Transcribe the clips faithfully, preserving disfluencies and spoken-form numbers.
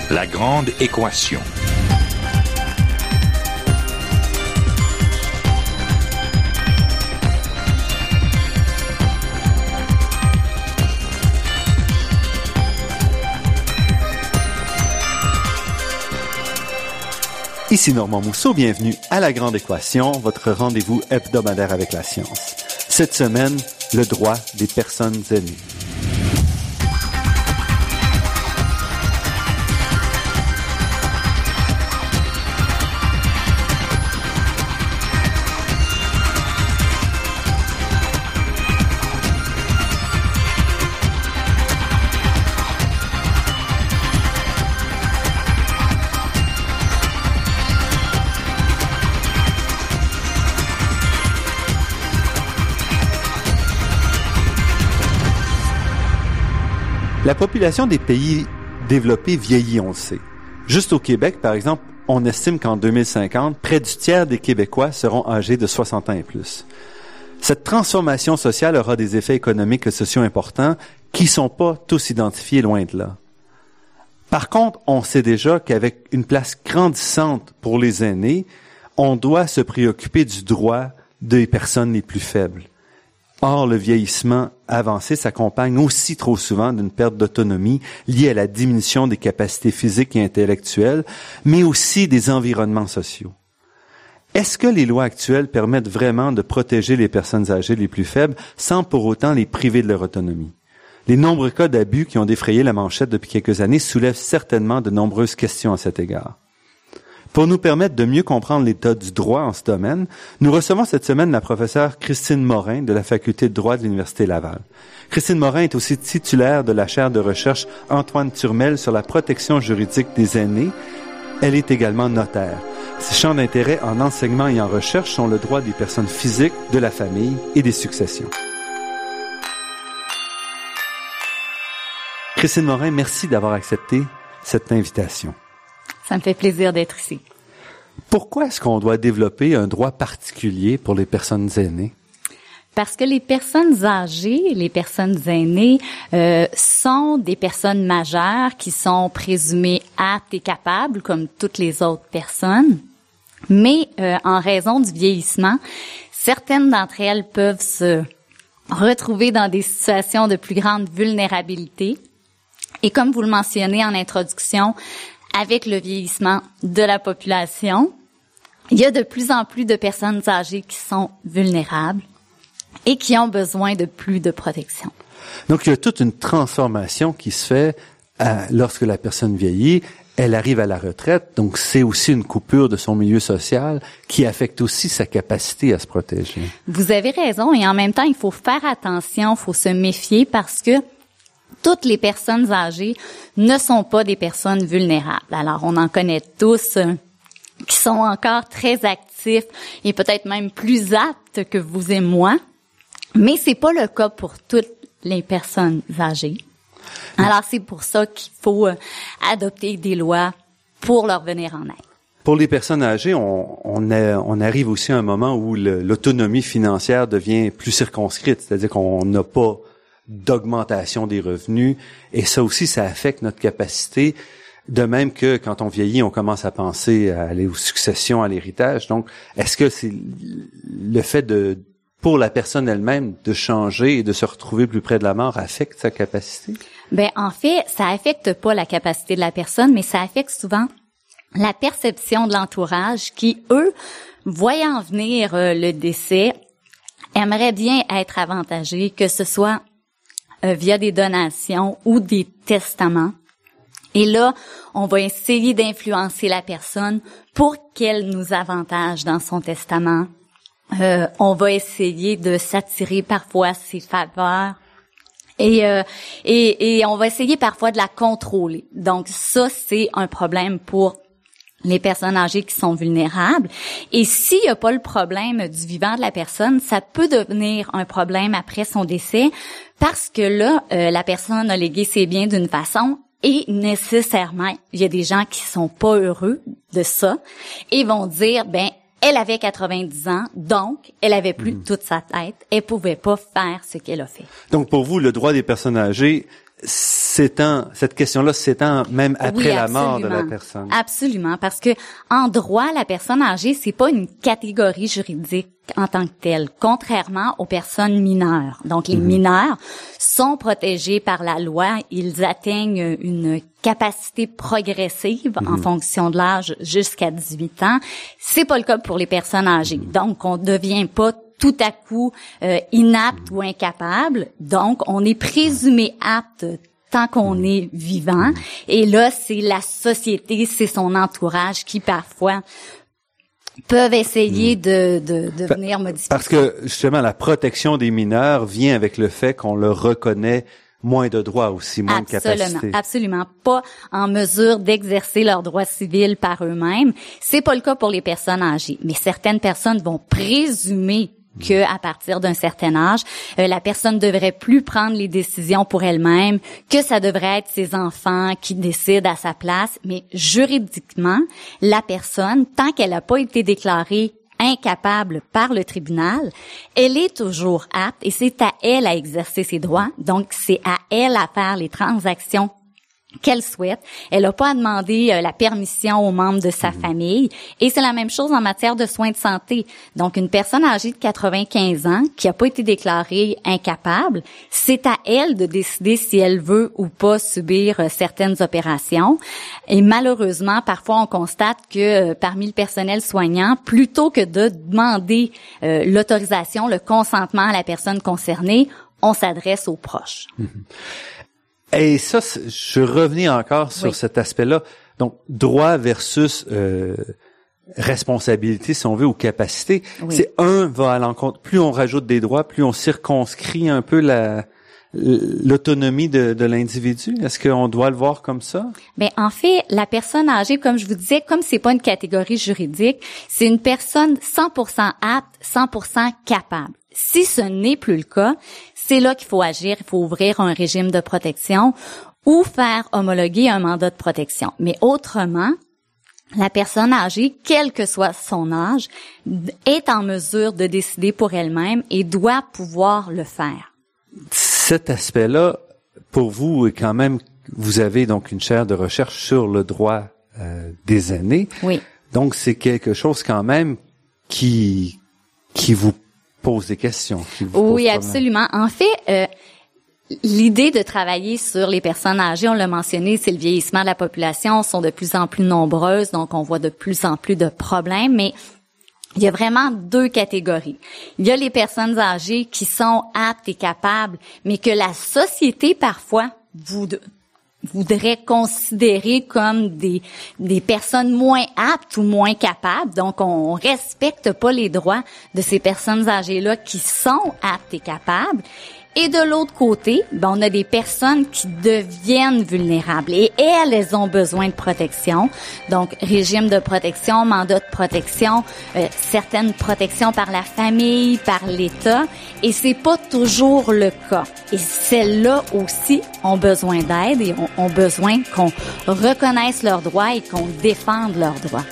La grande équation. Ici Normand Mousseau, bienvenue à La Grande Équation, votre rendez-vous hebdomadaire avec la science. Cette semaine, le droit des personnes aînées. La population des pays développés vieillit, on le sait. Juste au Québec, par exemple, on estime qu'en deux mille cinquante, près du tiers des Québécois seront âgés de soixante ans et plus. Cette transformation sociale aura des effets économiques et sociaux importants qui ne sont pas tous identifiés loin de là. Par contre, on sait déjà qu'avec une place grandissante pour les aînés, on doit se préoccuper du droit des personnes les plus faibles. Or, le vieillissement avancé s'accompagne aussi trop souvent d'une perte d'autonomie liée à la diminution des capacités physiques et intellectuelles, mais aussi des environnements sociaux. Est-ce que les lois actuelles permettent vraiment de protéger les personnes âgées les plus faibles sans pour autant les priver de leur autonomie? Les nombreux cas d'abus qui ont défrayé la manchette depuis quelques années soulèvent certainement de nombreuses questions à cet égard. Pour nous permettre de mieux comprendre l'état du droit en ce domaine, nous recevons cette semaine la professeure Christine Morin de la Faculté de droit de l'Université Laval. Christine Morin est aussi titulaire de la chaire de recherche Antoine Turmel sur la protection juridique des aînés. Elle est également notaire. Ses champs d'intérêt en enseignement et en recherche sont le droit des personnes physiques, de la famille et des successions. Christine Morin, merci d'avoir accepté cette invitation. Ça me fait plaisir d'être ici. Pourquoi est-ce qu'on doit développer un droit particulier pour les personnes aînées? Parce que les personnes âgées, les personnes aînées, euh, sont des personnes majeures qui sont présumées aptes et capables, comme toutes les autres personnes. Mais euh, en raison du vieillissement, certaines d'entre elles peuvent se retrouver dans des situations de plus grande vulnérabilité. Et comme vous le mentionnez en introduction, avec le vieillissement de la population, il y a de plus en plus de personnes âgées qui sont vulnérables et qui ont besoin de plus de protection. Donc, il y a toute une transformation qui se fait euh, lorsque la personne vieillit. Elle arrive à la retraite, donc c'est aussi une coupure de son milieu social qui affecte aussi sa capacité à se protéger. Vous avez raison, et en même temps, il faut faire attention, il faut se méfier parce que toutes les personnes âgées ne sont pas des personnes vulnérables. Alors, on en connaît tous euh, qui sont encore très actifs et peut-être même plus aptes que vous et moi, mais c'est pas le cas pour toutes les personnes âgées. Alors, c'est pour ça qu'il faut euh, adopter des lois pour leur venir en aide. Pour les personnes âgées, on, on, a, on arrive aussi à un moment où le, l'autonomie financière devient plus circonscrite, c'est-à-dire qu'on n'a pas d'augmentation des revenus, et ça aussi, ça affecte notre capacité, de même que quand on vieillit, on commence à penser à aller aux successions, à l'héritage. Donc, est-ce que c'est le fait de, pour la personne elle-même, de changer et de se retrouver plus près de la mort affecte sa capacité? Ben, en fait, ça affecte pas la capacité de la personne, mais ça affecte souvent la perception de l'entourage qui, eux, voyant venir euh, le décès, aimeraient bien être avantagés, que ce soit Euh, via des donations ou des testaments. Et là, on va essayer d'influencer la personne pour qu'elle nous avantage dans son testament. Euh, on va essayer de s'attirer parfois ses faveurs. Et, euh, et, et on va essayer parfois de la contrôler. Donc ça, c'est un problème pour les personnes âgées qui sont vulnérables. Et s'il n'y a pas le problème du vivant de la personne, ça peut devenir un problème après son décès parce que là, euh, la personne a légué ses biens d'une façon et nécessairement, il y a des gens qui sont pas heureux de ça et vont dire, ben, elle avait quatre-vingt-dix ans, donc elle avait plus mmh. toute sa tête, elle pouvait pas faire ce qu'elle a fait. Donc pour vous, le droit des personnes âgées s'étend, cette question-là s'étend même après oui, la mort de la personne. Absolument, parce que en droit, la personne âgée, c'est pas une catégorie juridique en tant que telle, contrairement aux personnes mineures. Donc, les mm-hmm. mineurs sont protégés par la loi. Ils atteignent une capacité progressive mm-hmm. en fonction de l'âge jusqu'à dix-huit ans. C'est pas le cas pour les personnes âgées. Mm-hmm. Donc, on devient pas tout à coup euh, inapte mmh. ou incapable. Donc, on est présumé apte tant qu'on mmh. est vivant. Mmh. Et là, c'est la société, c'est son entourage qui, parfois, peuvent essayer mmh. de, de, de venir modifier. Parce que, justement, la protection des mineurs vient avec le fait qu'on leur reconnaît moins de droits aussi, moins absolument, de capacités. Absolument, pas en mesure d'exercer leurs droits civils par eux-mêmes. C'est pas le cas pour les personnes âgées. Mais certaines personnes vont présumer que à partir d'un certain âge, euh, la personne devrait plus prendre les décisions pour elle-même, que ça devrait être ses enfants qui décident à sa place. Mais juridiquement, la personne, tant qu'elle n'a pas été déclarée incapable par le tribunal, elle est toujours apte et c'est à elle à exercer ses droits. Donc, c'est à elle à faire les transactions qu'elle souhaite. Elle n'a pas à demander euh, la permission aux membres de sa mmh. famille. Et c'est la même chose en matière de soins de santé. Donc, une personne âgée de quatre-vingt-quinze ans qui n'a pas été déclarée incapable, c'est à elle de décider si elle veut ou pas subir euh, certaines opérations. Et malheureusement, parfois, on constate que euh, parmi le personnel soignant, plutôt que de demander euh, l'autorisation, le consentement à la personne concernée, on s'adresse aux proches. Mmh. Et ça, je revenais encore sur oui. cet aspect-là. Donc, droit versus euh, responsabilité, si on veut, ou capacité. Oui. C'est un va à l'encontre. Plus on rajoute des droits, plus on circonscrit un peu la l'autonomie de, de l'individu. Est-ce qu'on doit le voir comme ça? Ben en fait, la personne âgée, comme je vous disais, comme c'est pas une catégorie juridique, c'est une personne cent pour cent apte, cent pour cent capable. Si ce n'est plus le cas, c'est là qu'il faut agir, il faut ouvrir un régime de protection ou faire homologuer un mandat de protection. Mais autrement, la personne âgée, quel que soit son âge, est en mesure de décider pour elle-même et doit pouvoir le faire. Cet aspect-là, pour vous, est quand même, vous avez donc une chaire de recherche sur le droit euh, des aînés. Oui. Donc, c'est quelque chose quand même qui qui vous pose des questions. Qui vous oui, absolument. En fait, euh, l'idée de travailler sur les personnes âgées, on l'a mentionné, c'est le vieillissement de la population, sont de plus en plus nombreuses, donc on voit de plus en plus de problèmes, mais il y a vraiment deux catégories. Il y a les personnes âgées qui sont aptes et capables, mais que la société, parfois, vous voudrait considérer comme des des personnes moins aptes ou moins capables. Donc, on respecte pas les droits de ces personnes âgées-là qui sont aptes et capables. Et de l'autre côté, ben, on a des personnes qui deviennent vulnérables et elles, elles ont besoin de protection. Donc, régime de protection, mandat de protection, euh, certaines protections par la famille, par l'État. Et c'est pas toujours le cas. Et celles-là aussi ont besoin d'aide et ont, ont besoin qu'on reconnaisse leurs droits et qu'on défende leurs droits.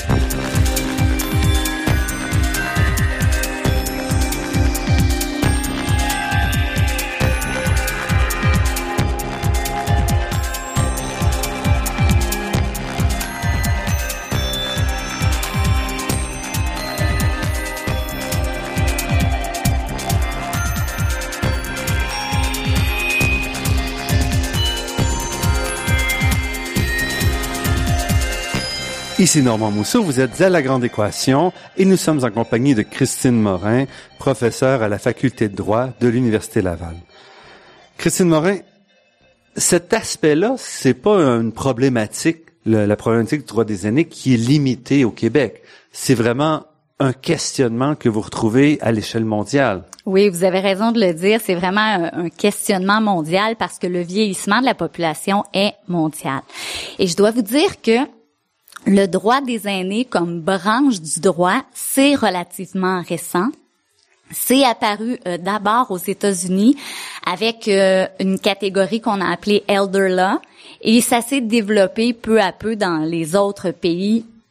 Ici Normand Mousseau, vous êtes à La Grande Équation et nous sommes en compagnie de Christine Morin, professeure à la Faculté de droit de l'Université Laval. Christine Morin, cet aspect-là, c'est pas une problématique, la, la problématique du droit des aînés qui est limitée au Québec. C'est vraiment un questionnement que vous retrouvez à l'échelle mondiale. Oui, vous avez raison de le dire. C'est vraiment un, un questionnement mondial parce que le vieillissement de la population est mondial. Et je dois vous dire que le droit des aînés comme branche du droit, c'est relativement récent. C'est apparu euh, d'abord aux États-Unis avec euh, une catégorie qu'on a appelée Elder Law et ça s'est développé peu à peu dans les autres pays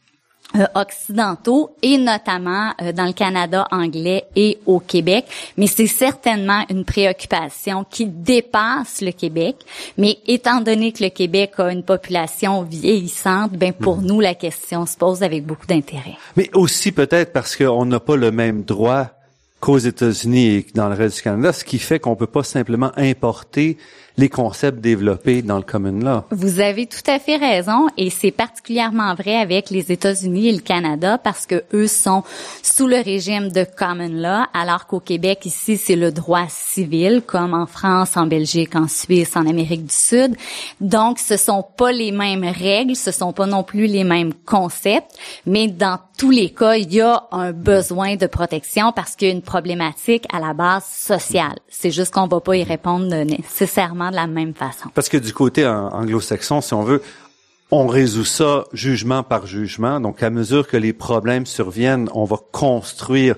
Euh, occidentaux et notamment euh, dans le Canada anglais et au Québec, mais c'est certainement une préoccupation qui dépasse le Québec, mais étant donné que le Québec a une population vieillissante, ben pour mmh. nous la question se pose avec beaucoup d'intérêt. Mais aussi peut-être parce qu'on n'a pas le même droit qu'aux États-Unis et dans le reste du Canada, ce qui fait qu'on peut pas simplement importer les concepts développés dans le Common Law. Vous avez tout à fait raison et c'est particulièrement vrai avec les États-Unis et le Canada parce que eux sont sous le régime de Common Law alors qu'au Québec ici c'est le droit civil comme en France, en Belgique, en Suisse, en Amérique du Sud. Donc ce sont pas les mêmes règles, ce sont pas non plus les mêmes concepts, mais dans tous les cas, il y a un besoin de protection parce qu'il y a une problématique à la base sociale. C'est juste qu'on va pas y répondre nécessairement de la même façon. Parce que du côté anglo-saxon, si on veut, on résout ça jugement par jugement. Donc, à mesure que les problèmes surviennent, on va construire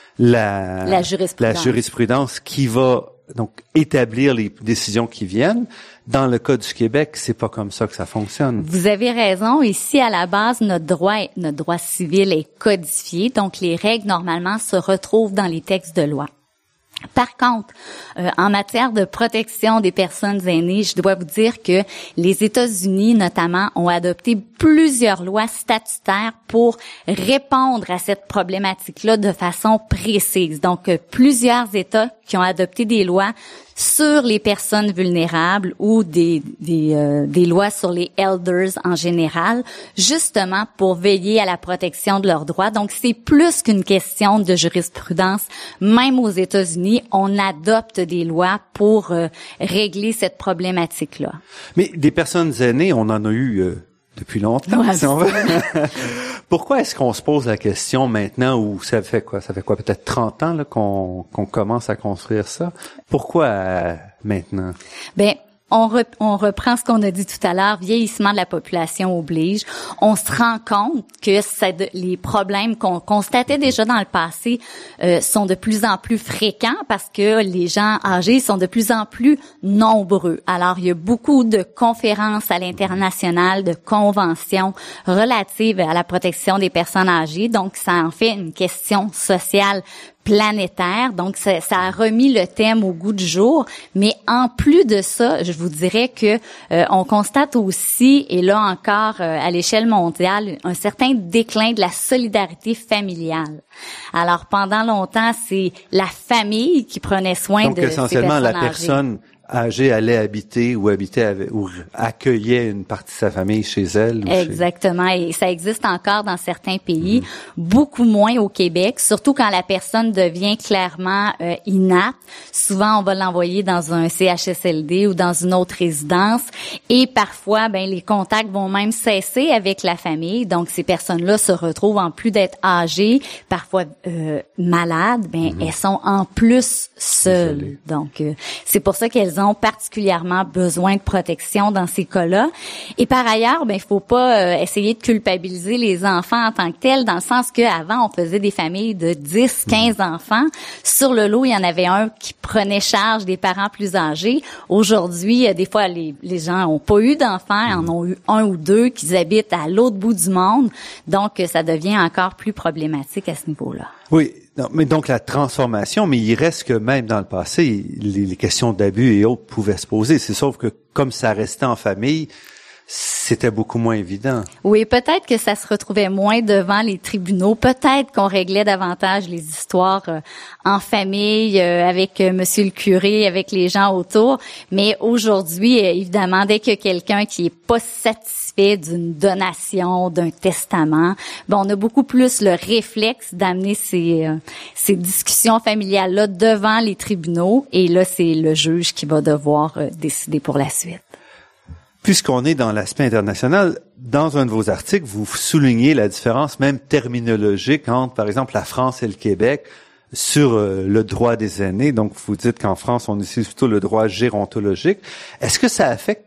la, la jurisprudence. la jurisprudence qui va donc établir les décisions qui viennent. Dans le cas du Québec, c'est pas comme ça que ça fonctionne. Vous avez raison. Ici, à la base, notre droit, notre droit civil est codifié. Donc, les règles, normalement, se retrouvent dans les textes de loi. Par contre, euh, en matière de protection des personnes aînées, je dois vous dire que les États-Unis, notamment, ont adopté plusieurs lois statutaires pour répondre à cette problématique-là de façon précise. Donc, euh, plusieurs États qui ont adopté des lois sur les personnes vulnérables ou des des, euh, des lois sur les elders en général, justement pour veiller à la protection de leurs droits. Donc, c'est plus qu'une question de jurisprudence. Même aux États-Unis, on adopte des lois pour euh, régler cette problématique-là. Mais des personnes aînées, on en a eu euh, depuis longtemps, ouais, si on veut. Pourquoi est-ce qu'on se pose la question maintenant, ou ça fait quoi, ça fait quoi, peut-être trente ans là, qu'on, qu'on commence à construire ça? Pourquoi euh, maintenant? Ben, On, re, on reprend ce qu'on a dit tout à l'heure, vieillissement de la population oblige. On se rend compte que ça, les problèmes qu'on constatait déjà dans le passé euh, sont de plus en plus fréquents parce que les gens âgés sont de plus en plus nombreux. Alors, il y a beaucoup de conférences à l'international, de conventions relatives à la protection des personnes âgées. Donc, ça en fait une question sociale planétaire, donc ça, ça a remis le thème au goût du jour, mais en plus de ça, je vous dirais que euh, on constate aussi, et là encore euh, à l'échelle mondiale, un certain déclin de la solidarité familiale. Alors pendant longtemps, c'est la famille qui prenait soin donc, de ces essentiellement personnes la âgées. personne âgée allait habiter ou habitait avec, ou accueillait une partie de sa famille chez elle. Ou Exactement, chez... et ça existe encore dans certains pays, mmh. beaucoup moins au Québec, surtout quand la personne devient clairement euh, inapte. Souvent, on va l'envoyer dans un C H S L D ou dans une autre résidence, et parfois, ben les contacts vont même cesser avec la famille. Donc, ces personnes-là se retrouvent en plus d'être âgées, parfois euh, malades, ben mmh. elles sont en plus seules. Désolé. Donc, euh, c'est pour ça qu'elles ont particulièrement besoin de protection dans ces cas-là. Et par ailleurs, ben il faut pas euh, essayer de culpabiliser les enfants en tant que tels, dans le sens qu'avant, on faisait des familles de dix, quinze mmh. enfants. Sur le lot, il y en avait un qui prenait charge des parents plus âgés. Aujourd'hui, des fois, les, les gens ont pas eu d'enfants, mmh. en ont eu un ou deux qui habitent à l'autre bout du monde. Donc, ça devient encore plus problématique à ce niveau-là. Oui, non, mais donc la transformation, mais il reste que même dans le passé, les, les questions d'abus et autres pouvaient se poser. C'est sauf que comme ça restait en famille, c'était beaucoup moins évident. Oui, peut-être que ça se retrouvait moins devant les tribunaux. Peut-être qu'on réglait davantage les histoires euh, en famille, euh, avec euh, monsieur le curé, avec les gens autour. Mais aujourd'hui, euh, évidemment, dès qu'il y a quelqu'un qui est pas satisfait d'une donation, d'un testament, bon, on a beaucoup plus le réflexe d'amener ces, euh, ces discussions familiales-là devant les tribunaux. Et là, c'est le juge qui va devoir euh, décider pour la suite. Puisqu'on est dans l'aspect international, dans un de vos articles, vous soulignez la différence même terminologique entre, par exemple, la France et le Québec sur euh, le droit des aînés. Donc, vous dites qu'en France, on utilise plutôt le droit gérontologique. Est-ce que ça affecte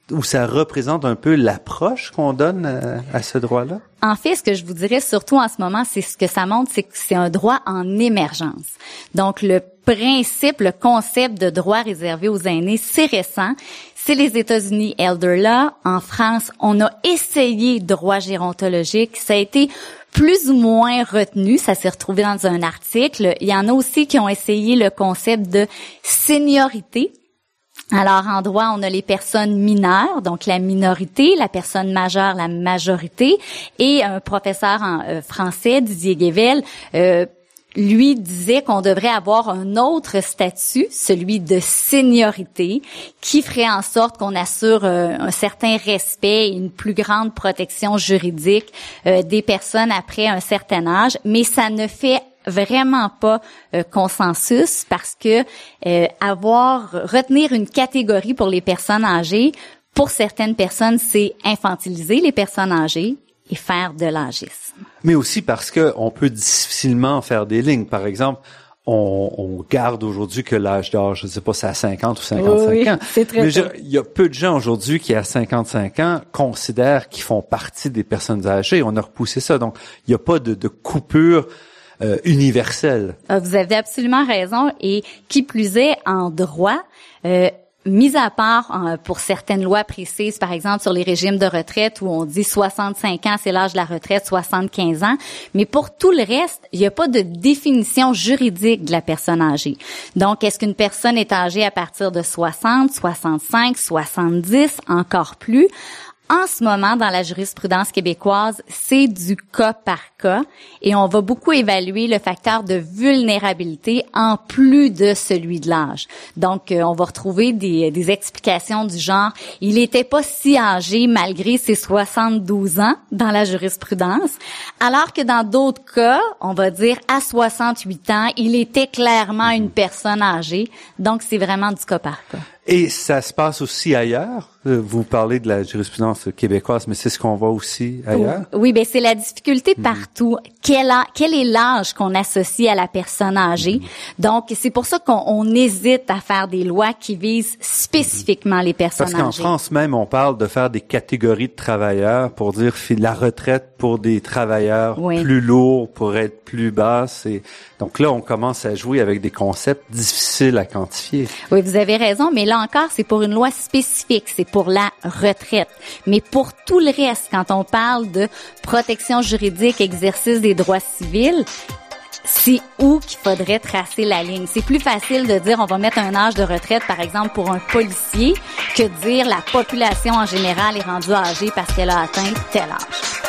ou ça représente un peu l'approche qu'on donne à, à ce droit-là? En fait, ce que je vous dirais surtout en ce moment, c'est ce que ça montre, c'est que c'est un droit en émergence. Donc, le principe, le concept de droit réservé aux aînés, c'est récent. C'est les États-Unis, Elder Law. En France, on a essayé droit gérontologique. Ça a été plus ou moins retenu. Ça s'est retrouvé dans un article. Il y en a aussi qui ont essayé le concept de seniorité. Alors, en droit, on a les personnes mineures, donc la minorité, la personne majeure, la majorité, et un professeur en euh, français, Didier Guével, euh, lui disait qu'on devrait avoir un autre statut, celui de seniorité, qui ferait en sorte qu'on assure euh, un certain respect et une plus grande protection juridique euh, des personnes après un certain âge, mais ça ne fait vraiment pas euh, consensus parce que euh, avoir retenir une catégorie pour les personnes âgées, pour certaines personnes, c'est infantiliser les personnes âgées et faire de l'âgisme. Mais aussi parce que on peut difficilement faire des lignes. Par exemple, on, on garde aujourd'hui que l'âge d'âge, je ne sais pas, c'est à cinquante ou cinquante-cinq oui, ans. C'est très Mais je, il y a peu de gens aujourd'hui qui, à cinquante-cinq ans, considèrent qu'ils font partie des personnes âgées. On a repoussé ça. Donc, il n'y a pas de, de coupure Euh, universel. Vous avez absolument raison. Et qui plus est, en droit, euh, mis à part euh, pour certaines lois précises, par exemple sur les régimes de retraite où on dit soixante-cinq ans, c'est l'âge de la retraite, soixante-quinze ans. Mais pour tout le reste, il n'y a pas de définition juridique de la personne âgée. Donc, est-ce qu'une personne est âgée à partir de soixante, soixante-cinq, soixante-dix, encore plus? En ce moment, dans la jurisprudence québécoise, c'est du cas par cas et on va beaucoup évaluer le facteur de vulnérabilité en plus de celui de l'âge. Donc, euh, on va retrouver des, des explications du genre « il était pas si âgé malgré ses soixante-douze ans » dans la jurisprudence, alors que dans d'autres cas, on va dire « à soixante-huit ans, il était clairement une personne âgée ». Donc, c'est vraiment du cas par cas. Et ça se passe aussi ailleurs. Vous parlez de la jurisprudence québécoise, mais c'est ce qu'on voit aussi ailleurs. Oui, ben c'est la difficulté partout. Mmh. Quel, a, quel est l'âge qu'on associe à la personne âgée? Mmh. Donc, c'est pour ça qu'on on hésite à faire des lois qui visent spécifiquement mmh. les personnes âgées. Parce qu'en âgées. France même, on parle de faire des catégories de travailleurs pour dire la retraite pour des travailleurs oui. plus lourds pour être plus basses. Et donc là, on commence à jouer avec des concepts difficiles à quantifier. Oui, vous avez raison, mais là encore, c'est pour une loi spécifique, c'est pour la retraite. Mais pour tout le reste, quand on parle de protection juridique, exercice des droits civils, c'est où qu'il faudrait tracer la ligne. C'est plus facile de dire on va mettre un âge de retraite, par exemple, pour un policier, que de dire la population en général est rendue âgée parce qu'elle a atteint tel âge.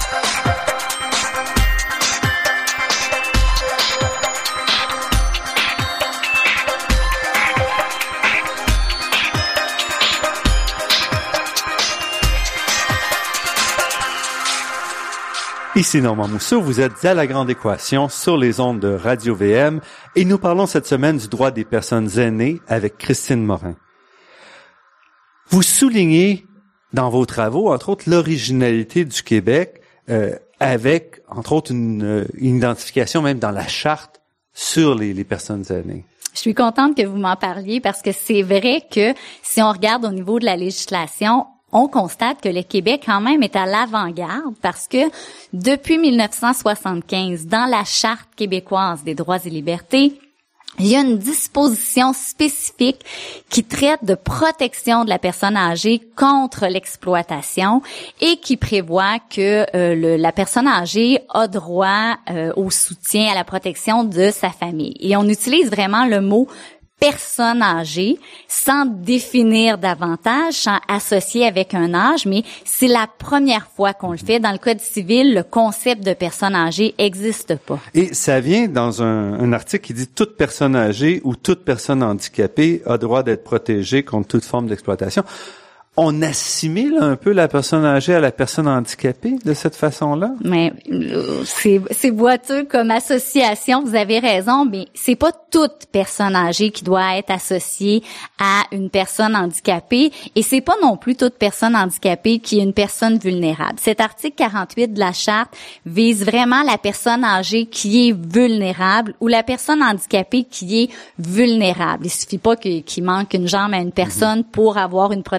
Ici Normand Mousseau, vous êtes à La Grande Équation sur les ondes de Radio-V M et nous parlons cette semaine du droit des personnes aînées avec Christine Morin. Vous soulignez dans vos travaux, entre autres, l'originalité du Québec euh, avec, entre autres, une, une identification même dans la charte sur les, les personnes aînées. Je suis contente que vous m'en parliez parce que c'est vrai que si on regarde au niveau de la législation, on constate que le Québec, quand même, est à l'avant-garde parce que depuis mille neuf cent soixante-quinze, dans la Charte québécoise des droits et libertés, il y a une disposition spécifique qui traite de protection de la personne âgée contre l'exploitation et qui prévoit que euh, le, la personne âgée a droit euh, au soutien, à la protection de sa famille. Et on utilise vraiment le mot personne âgée, sans définir davantage, sans associer avec un âge, mais c'est la première fois qu'on le fait. Dans le Code civil, le concept de personne âgée n'existe pas. Et ça vient dans un, un article qui dit « Toute personne âgée ou toute personne handicapée a droit d'être protégée contre toute forme d'exploitation ». On assimile un peu la personne âgée à la personne handicapée de cette façon-là? Mais c'est, c'est boiteux comme association, vous avez raison, mais c'est pas toute personne âgée qui doit être associée à une personne handicapée et c'est pas non plus toute personne handicapée qui est une personne vulnérable. Cet article quarante-huit de la Charte vise vraiment la personne âgée qui est vulnérable ou la personne handicapée qui est vulnérable. Il suffit pas que, qu'il manque une jambe à une personne pour avoir une protection par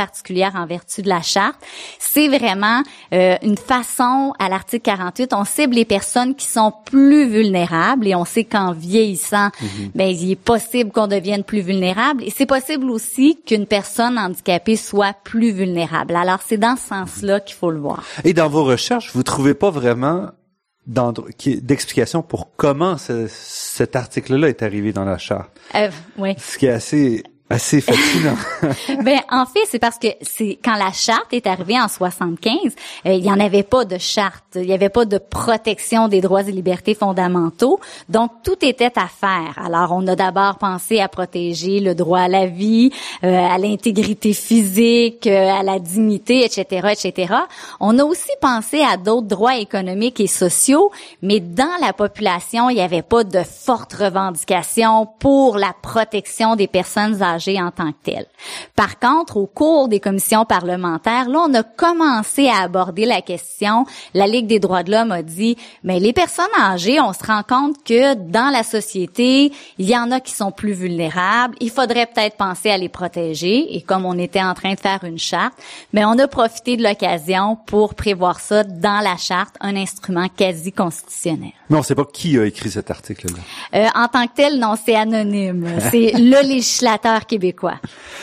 particulière en vertu de la charte. C'est vraiment euh, une façon, à l'article quarante-huit, on cible les personnes qui sont plus vulnérables et on sait qu'en vieillissant, mm-hmm. ben il est possible qu'on devienne plus vulnérable et c'est possible aussi qu'une personne handicapée soit plus vulnérable. Alors c'est dans ce sens-là qu'il faut le voir. Et dans vos recherches, vous trouvez pas vraiment d'explication pour comment ce, cet article-là est arrivé dans la charte? Euh, oui. Ce qui est assez assez fascinant. Ben en fait, c'est parce que c'est quand la charte est arrivée en soixante-quinze, euh, il y en avait pas de charte, il y avait pas de protection des droits et libertés fondamentaux, donc tout était à faire. Alors on a d'abord pensé à protéger le droit à la vie, euh, à l'intégrité physique, euh, à la dignité, et cetera, et cetera. On a aussi pensé à d'autres droits économiques et sociaux, mais dans la population, il y avait pas de fortes revendications pour la protection des personnes âgées en tant que tel. Par contre, au cours des commissions parlementaires, là, on a commencé à aborder la question. La Ligue des droits de l'homme a dit, mais les personnes âgées, on se rend compte que dans la société, il y en a qui sont plus vulnérables. Il faudrait peut-être penser à les protéger. Et comme on était en train de faire une charte, mais on a profité de l'occasion pour prévoir ça dans la charte, un instrument quasi constitutionnel. Mais on ne sait pas qui a écrit cet article-là. Euh, en tant que tel, non, c'est anonyme. C'est le législateur québécois.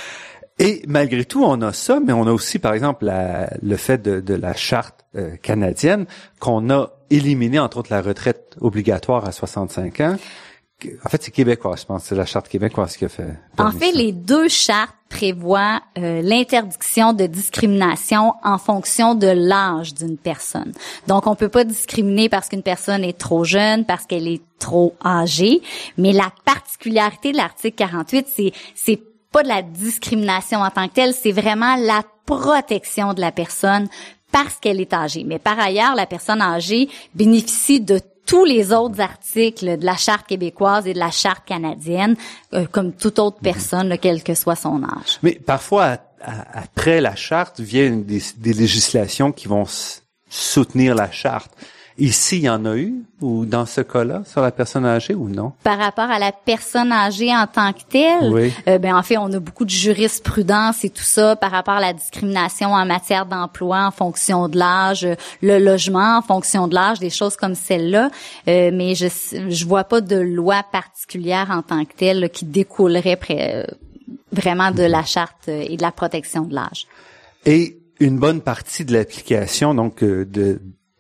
Et malgré tout, on a ça, mais on a aussi, par exemple, la, le fait de, de la charte euh, canadienne qu'on a éliminé, entre autres, la retraite obligatoire à soixante-cinq ans. En fait, c'est québécois, je pense. C'est la charte québécoise qui a fait. En fait, ça. Les deux chartes prévoient euh, l'interdiction de discrimination en fonction de l'âge d'une personne. Donc, on peut pas discriminer parce qu'une personne est trop jeune, parce qu'elle est trop âgée. Mais la particularité de l'article quarante-huit, c'est c'est pas de la discrimination en tant que telle, c'est vraiment la protection de la personne parce qu'elle est âgée. Mais par ailleurs, la personne âgée bénéficie de tous les autres articles de la Charte québécoise et de la Charte canadienne, euh, comme toute autre personne, là, quel que soit son âge. Mais parfois, à, à, après la Charte, viennent des, des législations qui vont s- soutenir la Charte. Ici, il y en a eu, ou dans ce cas-là, sur la personne âgée, ou non? Par rapport à la personne âgée en tant que telle, oui. euh, ben en fait, on a beaucoup de jurisprudence et tout ça par rapport à la discrimination en matière d'emploi en fonction de l'âge, le logement en fonction de l'âge, des choses comme celle-là. Euh, mais je je vois pas de loi particulière en tant que telle là, qui découlerait près, euh, vraiment de la charte et de la protection de l'âge. Et une bonne partie de l'application, donc euh, de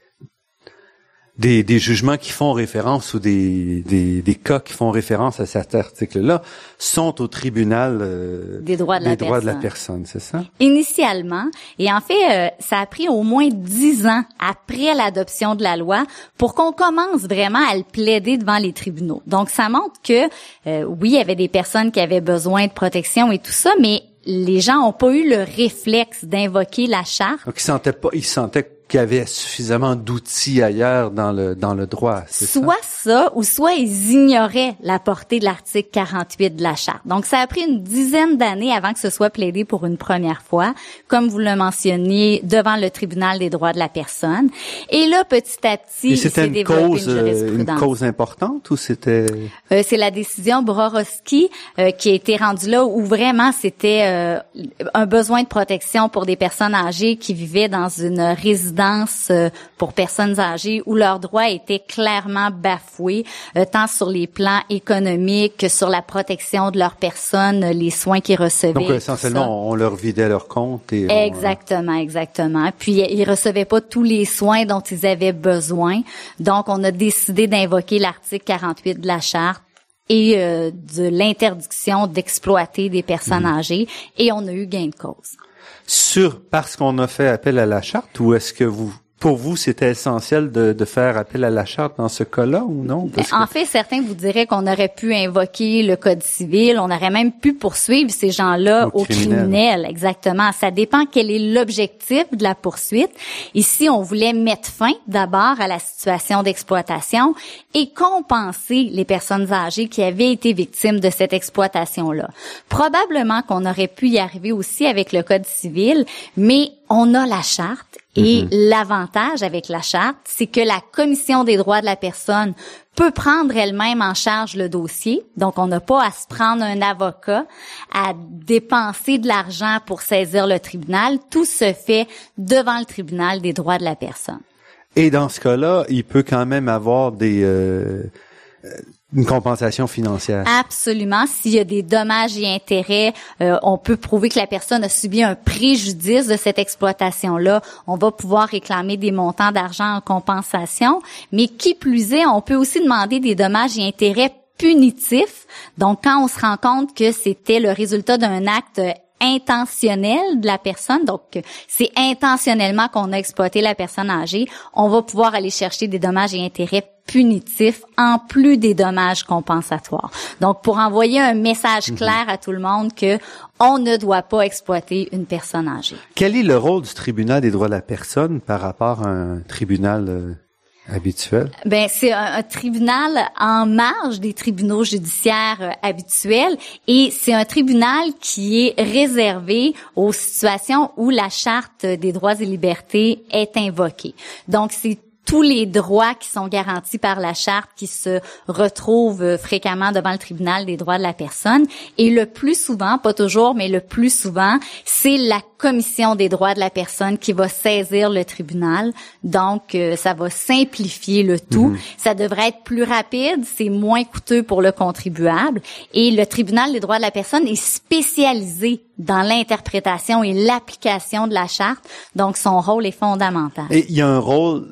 Des, des jugements qui font référence ou des, des, des cas qui font référence à cet article-là sont au tribunal euh, des droits de des la droits personne. de la personne, c'est ça? Initialement, et en fait, euh, ça a pris au moins dix ans après l'adoption de la loi pour qu'on commence vraiment à le plaider devant les tribunaux. Donc, ça montre que, euh, oui, il y avait des personnes qui avaient besoin de protection et tout ça, mais les gens n'ont pas eu le réflexe d'invoquer la charte. Donc, ils sentaient pas, ils sentaient qu'il y avait suffisamment d'outils ailleurs dans le dans le droit, c'est ça? Soit ça, ou soit ils ignoraient la portée de l'article quarante-huit de la charte. Donc, ça a pris une dizaine d'années avant que ce soit plaidé pour une première fois, comme vous le mentionniez, devant le tribunal des droits de la personne. Et là, petit à petit, il s'est développé une jurisprudence. Et c'était une cause, une cause importante ou c'était? Euh, c'est la décision Borowski euh, qui a été rendue là où vraiment c'était euh, un besoin de protection pour des personnes âgées qui vivaient dans une résidence pour personnes âgées où leurs droits étaient clairement bafoués, euh, tant sur les plans économiques que sur la protection de leurs personnes, les soins qu'ils recevaient. Donc, essentiellement, on leur vidait leur compte. Et exactement, on... exactement. Puis, ils recevaient pas tous les soins dont ils avaient besoin. Donc, on a décidé d'invoquer l'article quarante-huit de la Charte et euh, de l'interdiction d'exploiter des personnes mmh. âgées, et on a eu gain de cause. Sur parce qu'on a fait appel à la charte, ou est-ce que vous, pour vous, c'était essentiel de, de faire appel à la charte dans ce cas-là ou non? Parce en que... fait, certains vous diraient qu'on aurait pu invoquer le Code civil, on aurait même pu poursuivre ces gens-là au, au criminel. criminel. Exactement. Ça dépend quel est l'objectif de la poursuite. Ici, on voulait mettre fin d'abord à la situation d'exploitation et compenser les personnes âgées qui avaient été victimes de cette exploitation-là. Probablement qu'on aurait pu y arriver aussi avec le Code civil, mais on a la charte et Mm-hmm. l'avantage avec la charte, c'est que la Commission des droits de la personne peut prendre elle-même en charge le dossier. Donc, on n'a pas à se prendre un avocat, à dépenser de l'argent pour saisir le tribunal. Tout se fait devant le tribunal des droits de la personne. Et dans ce cas-là, il peut quand même avoir des euh, une compensation financière. Absolument. S'il y a des dommages et intérêts, euh, on peut prouver que la personne a subi un préjudice de cette exploitation-là. On va pouvoir réclamer des montants d'argent en compensation. Mais qui plus est, on peut aussi demander des dommages et intérêts punitifs. Donc, quand on se rend compte que c'était le résultat d'un acte intentionnel de la personne, donc c'est intentionnellement qu'on a exploité la personne âgée, on va pouvoir aller chercher des dommages et intérêts punitifs en plus des dommages compensatoires. Donc, pour envoyer un message Mm-hmm. clair à tout le monde que on ne doit pas exploiter une personne âgée. Quel est le rôle du tribunal des droits de la personne par rapport à un tribunal euh, habituel? Ben, c'est un, un tribunal en marge des tribunaux judiciaires euh, habituels et c'est un tribunal qui est réservé aux situations où la Charte des droits et libertés est invoquée. Donc, c'est tous les droits qui sont garantis par la Charte qui se retrouvent fréquemment devant le tribunal des droits de la personne. Et le plus souvent, pas toujours, mais le plus souvent, c'est la Commission des droits de la personne qui va saisir le tribunal. Donc, euh, ça va simplifier le tout. Mm-hmm. Ça devrait être plus rapide, c'est moins coûteux pour le contribuable. Et le tribunal des droits de la personne est spécialisé dans l'interprétation et l'application de la Charte. Donc, son rôle est fondamental. Et il y a un rôle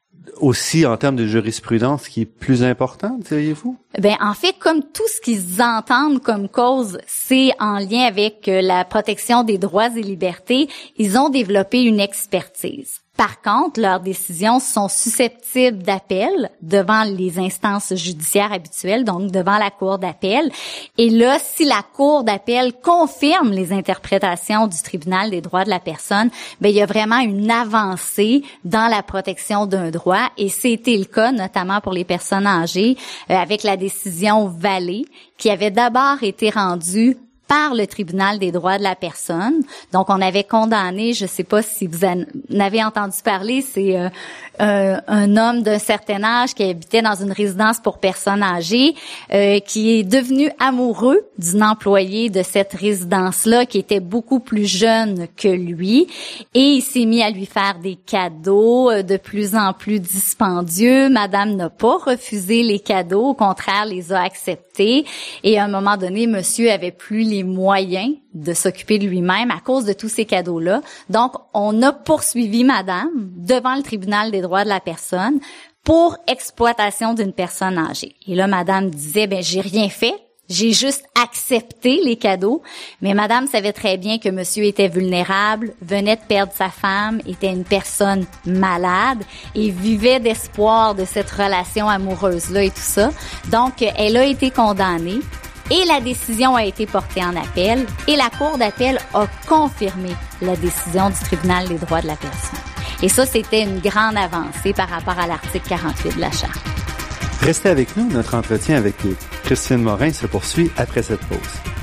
aussi en termes de jurisprudence qui est plus important, diriez-vous? Ben en fait, comme tout ce qu'ils entendent comme cause, c'est en lien avec la protection des droits et libertés, ils ont développé une expertise. Par contre, leurs décisions sont susceptibles d'appel devant les instances judiciaires habituelles, donc devant la cour d'appel. Et là, si la cour d'appel confirme les interprétations du tribunal des droits de la personne, ben il y a vraiment une avancée dans la protection d'un droit. Et c'était le cas, notamment pour les personnes âgées, euh, avec la décision Vallée, qui avait d'abord été rendue par le tribunal des droits de la personne. Donc, on avait condamné, je ne sais pas si vous en avez entendu parler, c'est euh, un, un homme d'un certain âge qui habitait dans une résidence pour personnes âgées, euh, qui est devenu amoureux d'une employée de cette résidence-là, qui était beaucoup plus jeune que lui, et il s'est mis à lui faire des cadeaux de plus en plus dispendieux. Madame n'a pas refusé les cadeaux, au contraire, les a acceptés, et à un moment donné, monsieur avait plus les moyens de s'occuper de lui-même à cause de tous ces cadeaux-là. Donc, on a poursuivi madame devant le tribunal des droits de la personne pour exploitation d'une personne âgée. Et là, madame disait, ben, j'ai rien fait. J'ai juste accepté les cadeaux, mais madame savait très bien que monsieur était vulnérable, venait de perdre sa femme, était une personne malade et vivait d'espoir de cette relation amoureuse-là et tout ça. Donc, elle a été condamnée. Et la décision a été portée en appel et la Cour d'appel a confirmé la décision du tribunal des droits de la personne. Et ça, c'était une grande avancée par rapport à l'article quarante-huit de la Charte. Restez avec nous, notre entretien avec Christine Morin se poursuit après cette pause.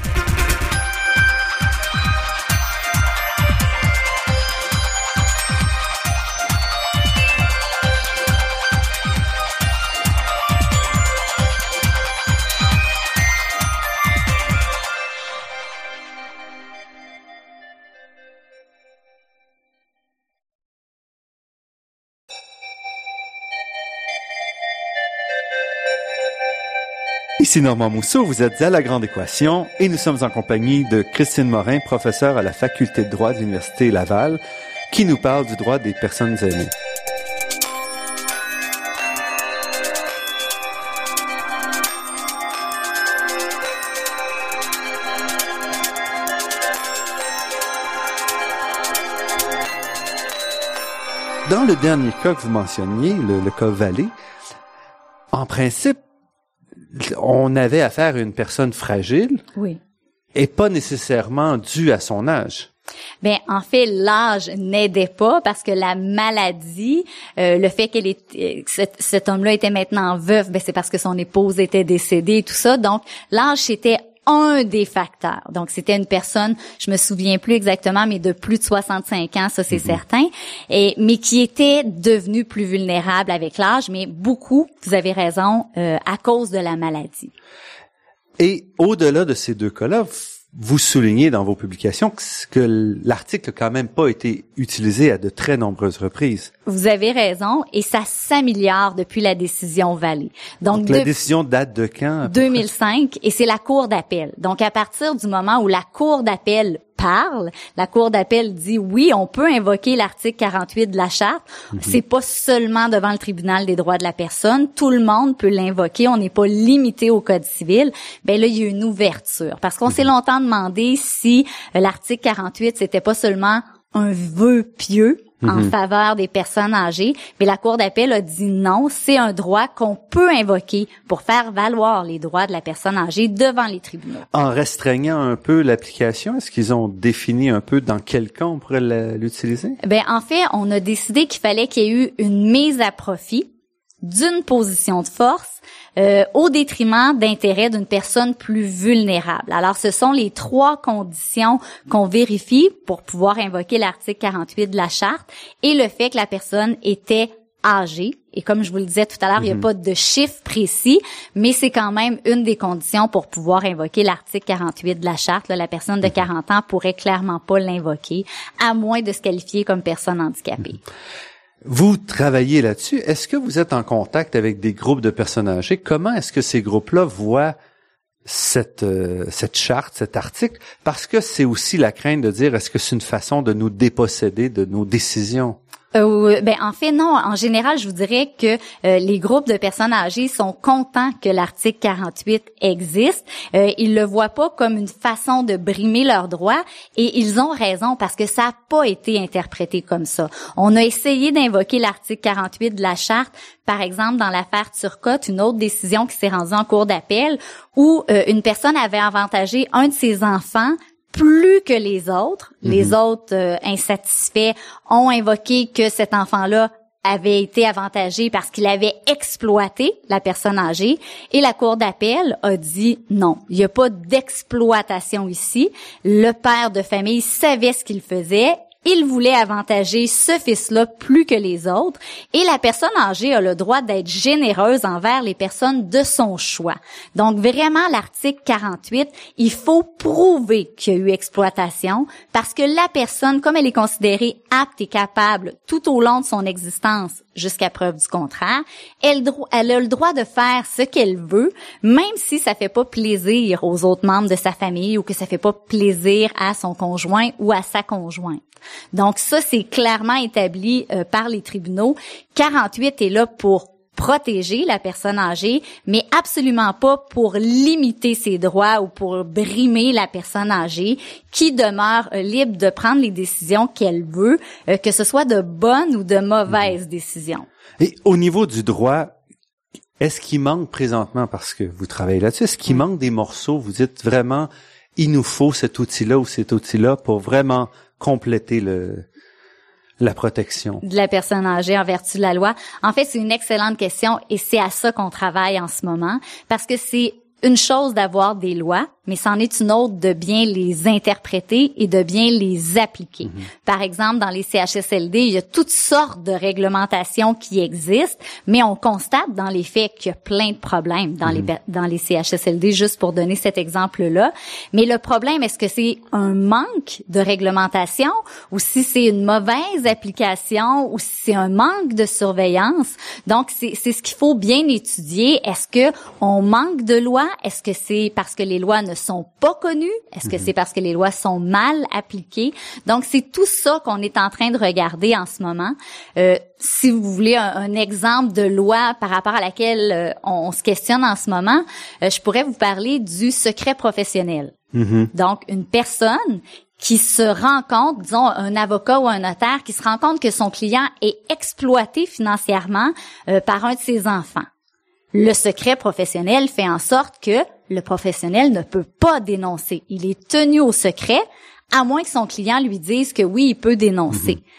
Ici Normand Mousseau, vous êtes à La Grande Équation et nous sommes en compagnie de Christine Morin, professeure à la Faculté de droit de l'Université Laval, qui nous parle du droit des personnes aînées. Dans le dernier cas que vous mentionniez, le, le cas Vallée, en principe, on avait affaire à une personne fragile. Oui. Et pas nécessairement due à son âge. Ben en fait l'âge n'aidait pas parce que la maladie, euh, le fait qu'elle est, cet, cet homme-là était maintenant veuf, ben c'est parce que son épouse était décédée et tout ça. Donc l'âge c'était un des facteurs. Donc, c'était une personne, je me souviens plus exactement, mais de plus de soixante-cinq ans, ça c'est mm-hmm. certain, et mais qui était devenue plus vulnérable avec l'âge, mais beaucoup, vous avez raison, euh, à cause de la maladie. Et au-delà de ces deux cas-là, vous soulignez dans vos publications que l'article n'a quand même pas été utilisé à de très nombreuses reprises. Vous avez raison, et ça s'améliore depuis la décision Vallée. Donc, Donc la de... décision date de quand? deux mille cinq, et c'est la Cour d'appel. Donc, à partir du moment où la Cour d'appel parle, la Cour d'appel dit oui, on peut invoquer l'article quarante-huit de la Charte. Mm-hmm. C'est pas seulement devant le tribunal des droits de la personne, tout le monde peut l'invoquer, on n'est pas limité au Code civil. Ben là, il y a une ouverture, parce qu'on mm-hmm. s'est longtemps demandé si euh, l'article quarante-huit, c'était pas seulement un vœu pieux en mm-hmm. faveur des personnes âgées, mais la Cour d'appel a dit non, c'est un droit qu'on peut invoquer pour faire valoir les droits de la personne âgée devant les tribunaux. En restreignant un peu l'application, est-ce qu'ils ont défini un peu dans quel cas on pourrait l'utiliser? Ben en fait, on a décidé qu'il fallait qu'il y ait eu une mise à profit d'une position de force euh, au détriment d'intérêts d'une personne plus vulnérable. Alors, ce sont les trois conditions qu'on vérifie pour pouvoir invoquer l'article quarante-huit de la Charte et le fait que la personne était âgée. Et comme je vous le disais tout à l'heure, mm-hmm. il n'y a pas de chiffre précis, mais c'est quand même une des conditions pour pouvoir invoquer l'article quarante-huit de la Charte. Là, la personne de quarante ans pourrait clairement pas l'invoquer, à moins de se qualifier comme personne handicapée. Mm-hmm. Vous travaillez là-dessus. Est-ce que vous êtes en contact avec des groupes de personnes âgées? Comment est-ce que ces groupes-là voient cette euh, cette charte, cet article? Parce que c'est aussi la crainte de dire, est-ce que c'est une façon de nous déposséder de nos décisions? Euh, ben en fait non, en général, je vous dirais que euh, les groupes de personnes âgées sont contents que l'article quarante-huit existe. Euh, ils le voient pas comme une façon de brimer leurs droits et ils ont raison parce que ça n'a pas été interprété comme ça. On a essayé d'invoquer l'article quarante-huit de la Charte, par exemple dans l'affaire Turcotte, une autre décision qui s'est rendue en cour d'appel où euh, une personne avait avantagé un de ses enfants plus que les autres. Mm-hmm. Les autres euh, insatisfaits ont invoqué que cet enfant-là avait été avantagé parce qu'il avait exploité la personne âgée. Et la Cour d'appel a dit non, il n'y a pas d'exploitation ici. Le père de famille savait ce qu'il faisait. Il voulait avantager ce fils-là plus que les autres et la personne âgée a le droit d'être généreuse envers les personnes de son choix. Donc vraiment, l'article quarante-huit, il faut prouver qu'il y a eu exploitation parce que la personne, comme elle est considérée apte et capable tout au long de son existence jusqu'à preuve du contraire, elle, elle a le droit de faire ce qu'elle veut, même si ça fait pas plaisir aux autres membres de sa famille ou que ça fait pas plaisir à son conjoint ou à sa conjointe. Donc ça, c'est clairement établi euh, par les tribunaux. quarante-huit est là pour protéger la personne âgée, mais absolument pas pour limiter ses droits ou pour brimer la personne âgée qui demeure euh, libre de prendre les décisions qu'elle veut, euh, que ce soit de bonnes ou de mauvaises décisions. Et au niveau du droit, est-ce qu'il manque présentement, parce que vous travaillez là-dessus, est-ce qu'il manque des morceaux? Vous dites vraiment, il nous faut cet outil-là ou cet outil-là pour vraiment compléter le la protection de la personne âgée en vertu de la loi. En fait, c'est une excellente question et c'est à ça qu'on travaille en ce moment parce que c'est une chose d'avoir des lois, mais c'en est une autre de bien les interpréter et de bien les appliquer. Mm-hmm. Par exemple, dans les C H S L D, il y a toutes sortes de réglementations qui existent, mais on constate dans les faits qu'il y a plein de problèmes dans mm-hmm. les dans les C H S L D, juste pour donner cet exemple-là. Mais le problème, est-ce que c'est un manque de réglementation ou si c'est une mauvaise application ou si c'est un manque de surveillance? Donc, c'est, c'est ce qu'il faut bien étudier. Est-ce que on manque de lois? Est-ce que c'est parce que les lois ne sont pas connues? Est-ce que c'est parce que les lois sont mal appliquées? Donc, c'est tout ça qu'on est en train de regarder en ce moment. Euh, si vous voulez un, un exemple de loi par rapport à laquelle euh, on, on se questionne en ce moment, euh, je pourrais vous parler du secret professionnel. Mm-hmm. Donc, une personne qui se rend compte, disons, un avocat ou un notaire qui se rend compte que son client est exploité financièrement euh, par un de ses enfants. Le secret professionnel fait en sorte que le professionnel ne peut pas dénoncer. Il est tenu au secret, à moins que son client lui dise que oui, il peut dénoncer. Mm-hmm.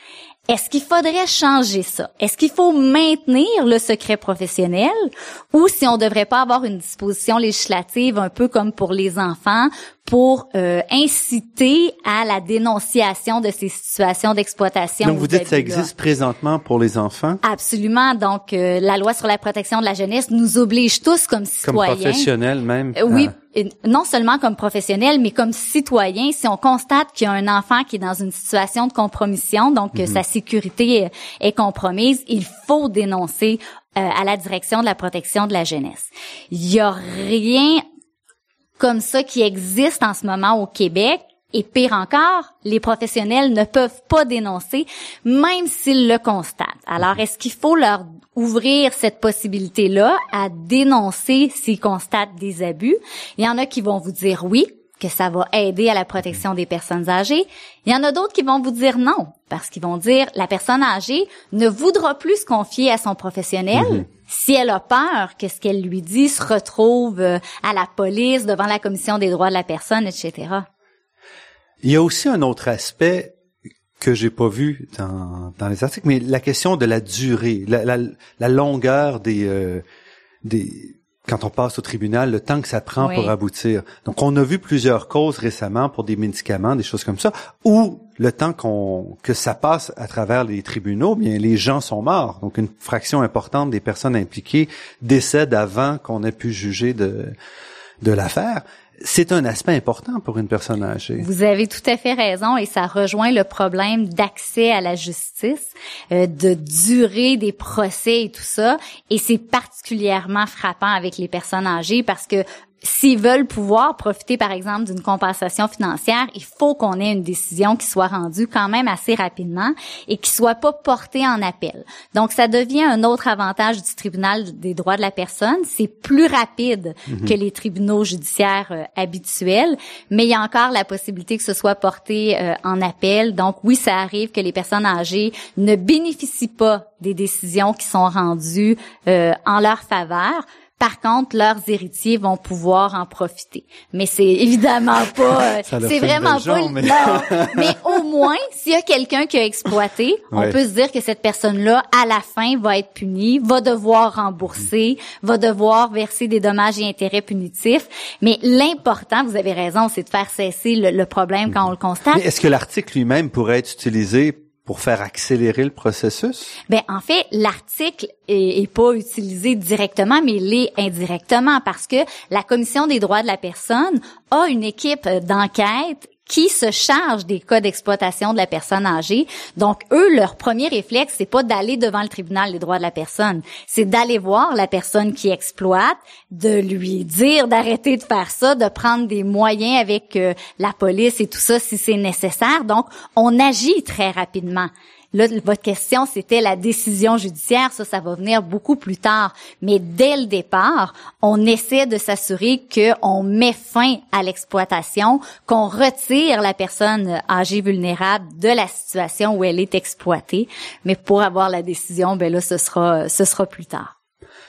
Est-ce qu'il faudrait changer ça? Est-ce qu'il faut maintenir le secret professionnel ou si on devrait pas avoir une disposition législative un peu comme pour les enfants pour euh, inciter à la dénonciation de ces situations d'exploitation? Donc, vous dites que ça existe présentement pour les enfants? Absolument. Donc, euh, la loi sur la protection de la jeunesse nous oblige tous comme citoyens. Comme professionnels même? Euh, oui. Ah. Non seulement comme professionnel, mais comme citoyen, si on constate qu'il y a un enfant qui est dans une situation de compromission, donc que mm-hmm. sa sécurité est, est compromise, il faut dénoncer euh, à la direction de la protection de la jeunesse. Il y a rien comme ça qui existe en ce moment au Québec. Et pire encore, les professionnels ne peuvent pas dénoncer, même s'ils le constatent. Alors, est-ce qu'il faut leur ouvrir cette possibilité-là à dénoncer s'ils constatent des abus? Il y en a qui vont vous dire oui, que ça va aider à la protection des personnes âgées. Il y en a d'autres qui vont vous dire non, parce qu'ils vont dire la personne âgée ne voudra plus se confier à son professionnel mm-hmm. si elle a peur que ce qu'elle lui dit se retrouve à la police, devant la Commission des droits de la personne, et cetera. Il y a aussi un autre aspect que j'ai pas vu dans, dans les articles, mais la question de la durée, la, la, la longueur des, euh, des, quand on passe au tribunal, le temps que ça prend oui. pour aboutir. Donc, on a vu plusieurs causes récemment pour des médicaments, des choses comme ça, où le temps qu'on, que ça passe à travers les tribunaux, bien, les gens sont morts. Donc, une fraction importante des personnes impliquées décèdent avant qu'on ait pu juger de, de l'affaire. C'est un aspect important pour une personne âgée. Vous avez tout à fait raison et ça rejoint le problème d'accès à la justice, euh, de durée des procès et tout ça. Et c'est particulièrement frappant avec les personnes âgées parce que s'ils veulent pouvoir profiter, par exemple, d'une compensation financière, il faut qu'on ait une décision qui soit rendue quand même assez rapidement et qui soit pas portée en appel. Donc, ça devient un autre avantage du tribunal des droits de la personne. C'est plus rapide mm-hmm. que les tribunaux judiciaires euh, habituels, mais il y a encore la possibilité que ce soit porté euh, en appel. Donc, oui, ça arrive que les personnes âgées ne bénéficient pas des décisions qui sont rendues euh, en leur faveur. Par contre, leurs héritiers vont pouvoir en profiter. Mais c'est évidemment pas, c'est vraiment pas, jambe, mais... non. Mais au moins, s'il y a quelqu'un qui a exploité, ouais. on peut se dire que cette personne-là, à la fin, va être punie, va devoir rembourser, mmh. va devoir verser des dommages et intérêts punitifs. Mais l'important, vous avez raison, c'est de faire cesser le, le problème mmh. quand on le constate. Mais est-ce que l'article lui-même pourrait être utilisé pour faire accélérer le processus? Ben en fait, l'article est, est pas utilisé directement, mais il l'est indirectement parce que la Commission des droits de la personne a une équipe d'enquête qui se charge des cas d'exploitation de la personne âgée. Donc, eux, leur premier réflexe, c'est pas d'aller devant le tribunal des droits de la personne. C'est d'aller voir la personne qui exploite, de lui dire d'arrêter de faire ça, de prendre des moyens avec euh, la police et tout ça si c'est nécessaire. Donc, on agit très rapidement. Là, votre question, c'était la décision judiciaire. Ça, ça va venir beaucoup plus tard. Mais dès le départ, on essaie de s'assurer qu'on met fin à l'exploitation, qu'on retire la personne âgée vulnérable de la situation où elle est exploitée. Mais pour avoir la décision, ben là, ce sera, ce sera plus tard.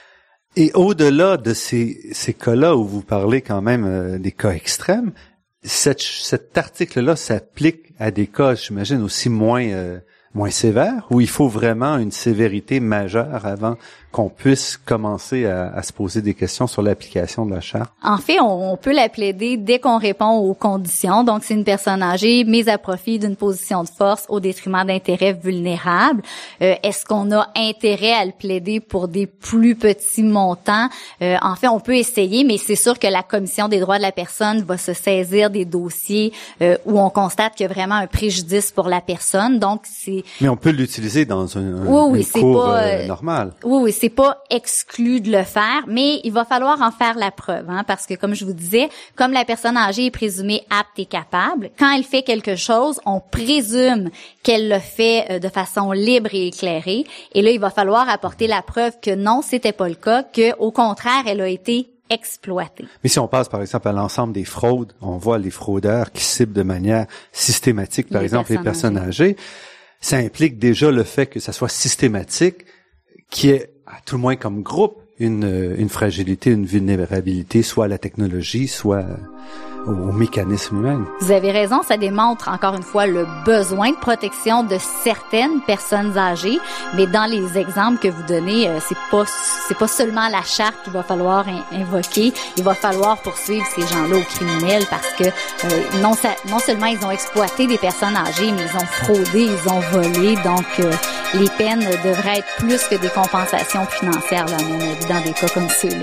Et au-delà de ces, ces cas-là où vous parlez quand même euh, des cas extrêmes, cette, cet article-là s'applique à des cas, j'imagine, aussi moins... Euh, moins sévère, où il faut vraiment une sévérité majeure avant qu'on puisse commencer à, à se poser des questions sur l'application de la charte? En fait, on, on peut la plaider dès qu'on répond aux conditions. Donc, c'est une personne âgée mise à profit d'une position de force au détriment d'intérêts vulnérables. Euh, est-ce qu'on a intérêt à le plaider pour des plus petits montants? Euh, en fait, on peut essayer, mais c'est sûr que la Commission des droits de la personne va se saisir des dossiers euh, où on constate qu'il y a vraiment un préjudice pour la personne. Donc, c'est... Mais on peut l'utiliser dans un, oui, oui, une c'est cour pas, euh, normale. Oui, oui, c'est pas exclu de le faire, mais il va falloir en faire la preuve, hein, parce que comme je vous disais, comme la personne âgée est présumée apte et capable, quand elle fait quelque chose, on présume qu'elle le fait de façon libre et éclairée, et là, il va falloir apporter la preuve que non, c'était pas le cas, que au contraire, elle a été exploitée. Mais si on passe, par exemple, à l'ensemble des fraudes, on voit les fraudeurs qui ciblent de manière systématique, par les exemple, personnes les personnes âgées. âgées. Ça implique déjà le fait que ça soit systématique, qui est, à tout le moins comme groupe, une, une fragilité, une vulnérabilité, soit à la technologie, soit au mécanisme humain. Vous avez raison, ça démontre encore une fois le besoin de protection de certaines personnes âgées, mais dans les exemples que vous donnez, euh, c'est pas c'est pas seulement la charte qu'il va falloir in- invoquer, il va falloir poursuivre ces gens-là aux criminels parce que euh, non ça, non seulement ils ont exploité des personnes âgées, mais ils ont fraudé, ils ont volé, donc euh, les peines devraient être plus que des compensations financières, là, à mon avis, dans des cas comme ceux-là.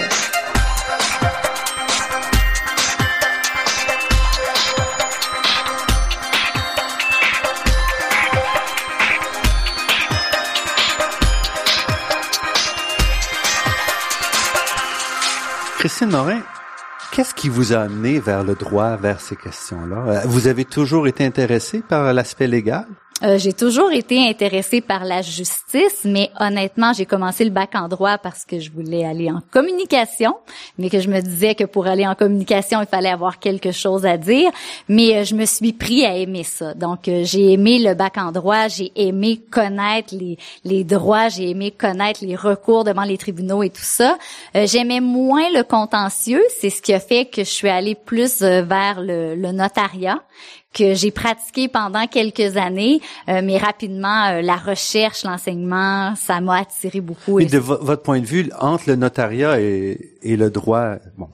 Christine Morin, qu'est-ce qui vous a amené vers le droit, vers ces questions-là? Vous avez toujours été intéressée par l'aspect légal? Euh, j'ai toujours été intéressée par la justice, mais honnêtement, j'ai commencé le bac en droit parce que je voulais aller en communication, mais que je me disais que pour aller en communication, il fallait avoir quelque chose à dire. Mais euh, je me suis pris à aimer ça. Donc, euh, j'ai aimé le bac en droit, j'ai aimé connaître les, les droits, j'ai aimé connaître les recours devant les tribunaux et tout ça. Euh, j'aimais moins le contentieux, c'est ce qui a fait que je suis allée plus euh, vers le, le notariat, que j'ai pratiqué pendant quelques années, euh, mais rapidement, euh, la recherche, l'enseignement, ça m'a attiré beaucoup. Et de vo- votre point de vue, entre le notariat et, et le droit, bon,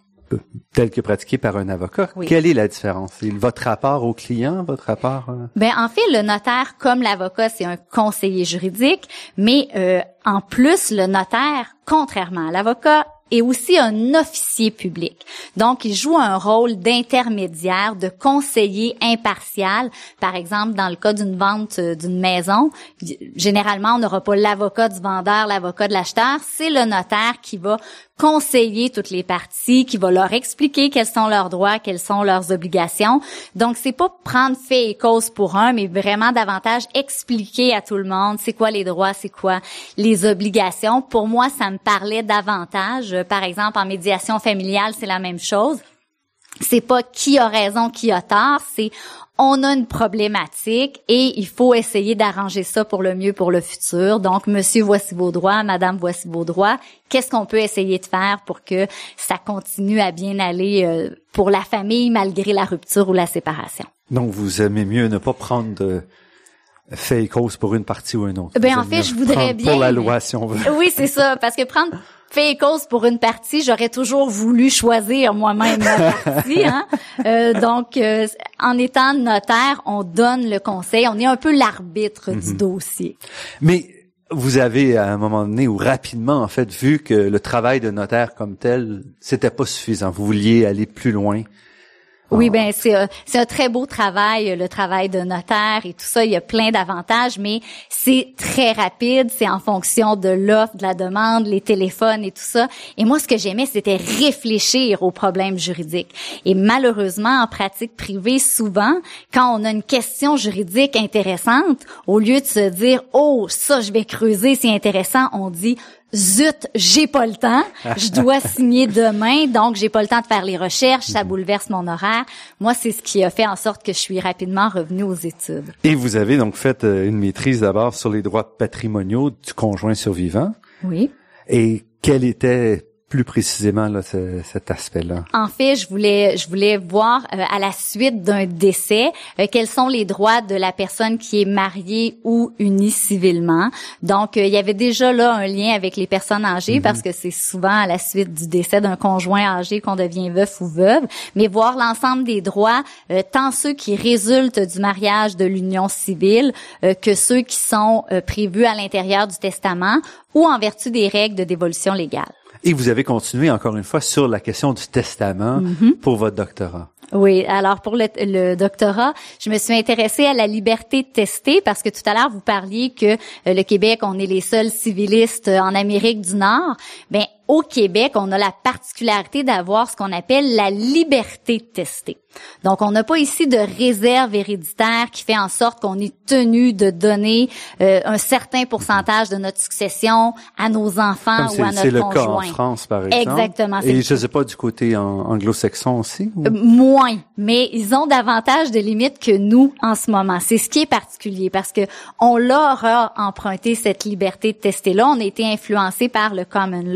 tel que pratiqué par un avocat, oui. Quelle est la différence? Votre rapport au client, votre rapport... Euh... Ben en fait, le notaire, comme l'avocat, c'est un conseiller juridique, mais euh, en plus, le notaire, contrairement à l'avocat, est aussi un officier public. Donc, il joue un rôle d'intermédiaire, de conseiller impartial. Par exemple, dans le cas d'une vente d'une maison, généralement, on n'aura pas l'avocat du vendeur, l'avocat de l'acheteur. C'est le notaire qui va conseiller toutes les parties, qui va leur expliquer quels sont leurs droits, quelles sont leurs obligations. Donc, c'est pas prendre fait et cause pour un, mais vraiment davantage expliquer à tout le monde c'est quoi les droits, c'est quoi les obligations. Pour moi, ça me parlait davantage. Par exemple, en médiation familiale, c'est la même chose. C'est pas qui a raison, qui a tort, c'est on a une problématique et il faut essayer d'arranger ça pour le mieux pour le futur. Donc, monsieur, voici vos droits, madame, voici vos droits. Qu'est-ce qu'on peut essayer de faire pour que ça continue à bien aller euh, pour la famille malgré la rupture ou la séparation? Donc, vous aimez mieux ne pas prendre de fait et cause pour une partie ou une autre. Ben, en fait, je voudrais bien. Pour la loi, si on veut. Oui, c'est ça. Parce que prendre fait et cause pour une partie, j'aurais toujours voulu choisir moi-même ma partie. Hein? Euh, donc, euh, en étant notaire, on donne le conseil. On est un peu l'arbitre mm-hmm. du dossier. Mais vous avez, à un moment donné, ou rapidement, en fait, vu que le travail de notaire comme tel, c'était pas suffisant. Vous vouliez aller plus loin. Oui, ben c'est un, c'est un très beau travail, le travail de notaire et tout ça. Il y a plein d'avantages, mais c'est très rapide. C'est en fonction de l'offre, de la demande, les téléphones et tout ça. Et moi, ce que j'aimais, c'était réfléchir aux problèmes juridiques. Et malheureusement, en pratique privée, souvent, quand on a une question juridique intéressante, au lieu de se dire « Oh, ça, je vais creuser, c'est intéressant », on dit zut, j'ai pas le temps, je dois signer demain, donc j'ai pas le temps de faire les recherches, ça bouleverse mon horaire. Moi, c'est ce qui a fait en sorte que je suis rapidement revenue aux études. Et vous avez donc fait une maîtrise d'abord sur les droits patrimoniaux du conjoint survivant. Oui. Et quel était plus précisément là ce, cet aspect-là? En fait, je voulais je voulais voir euh, à la suite d'un décès euh, quels sont les droits de la personne qui est mariée ou unie civilement. Donc euh, il y avait déjà là un lien avec les personnes âgées mm-hmm. parce que c'est souvent à la suite du décès d'un conjoint âgé qu'on devient veuf ou veuve, mais voir l'ensemble des droits euh, tant ceux qui résultent du mariage, de l'union civile euh, que ceux qui sont euh, prévus à l'intérieur du testament ou en vertu des règles de dévolution légale. Et vous avez continué encore une fois sur la question du testament mm-hmm. pour votre doctorat. Oui, alors pour le, le doctorat, je me suis intéressée à la liberté de tester parce que tout à l'heure vous parliez que euh, le Québec, on est les seuls civilistes en Amérique du Nord. Ben au Québec, on a la particularité d'avoir ce qu'on appelle la liberté de tester. Donc, on n'a pas ici de réserve héréditaire qui fait en sorte qu'on est tenu de donner euh, un certain pourcentage de notre succession à nos enfants Comme ou à notre conjoint. C'est le cas en France, par exemple. Exactement. Et je ne sais pas du côté en, anglo-saxon aussi? Ou? Euh, moins, mais ils ont davantage de limites que nous en ce moment. C'est ce qui est particulier parce que on leur a emprunté cette liberté de tester-là. On a été influencé par le common law,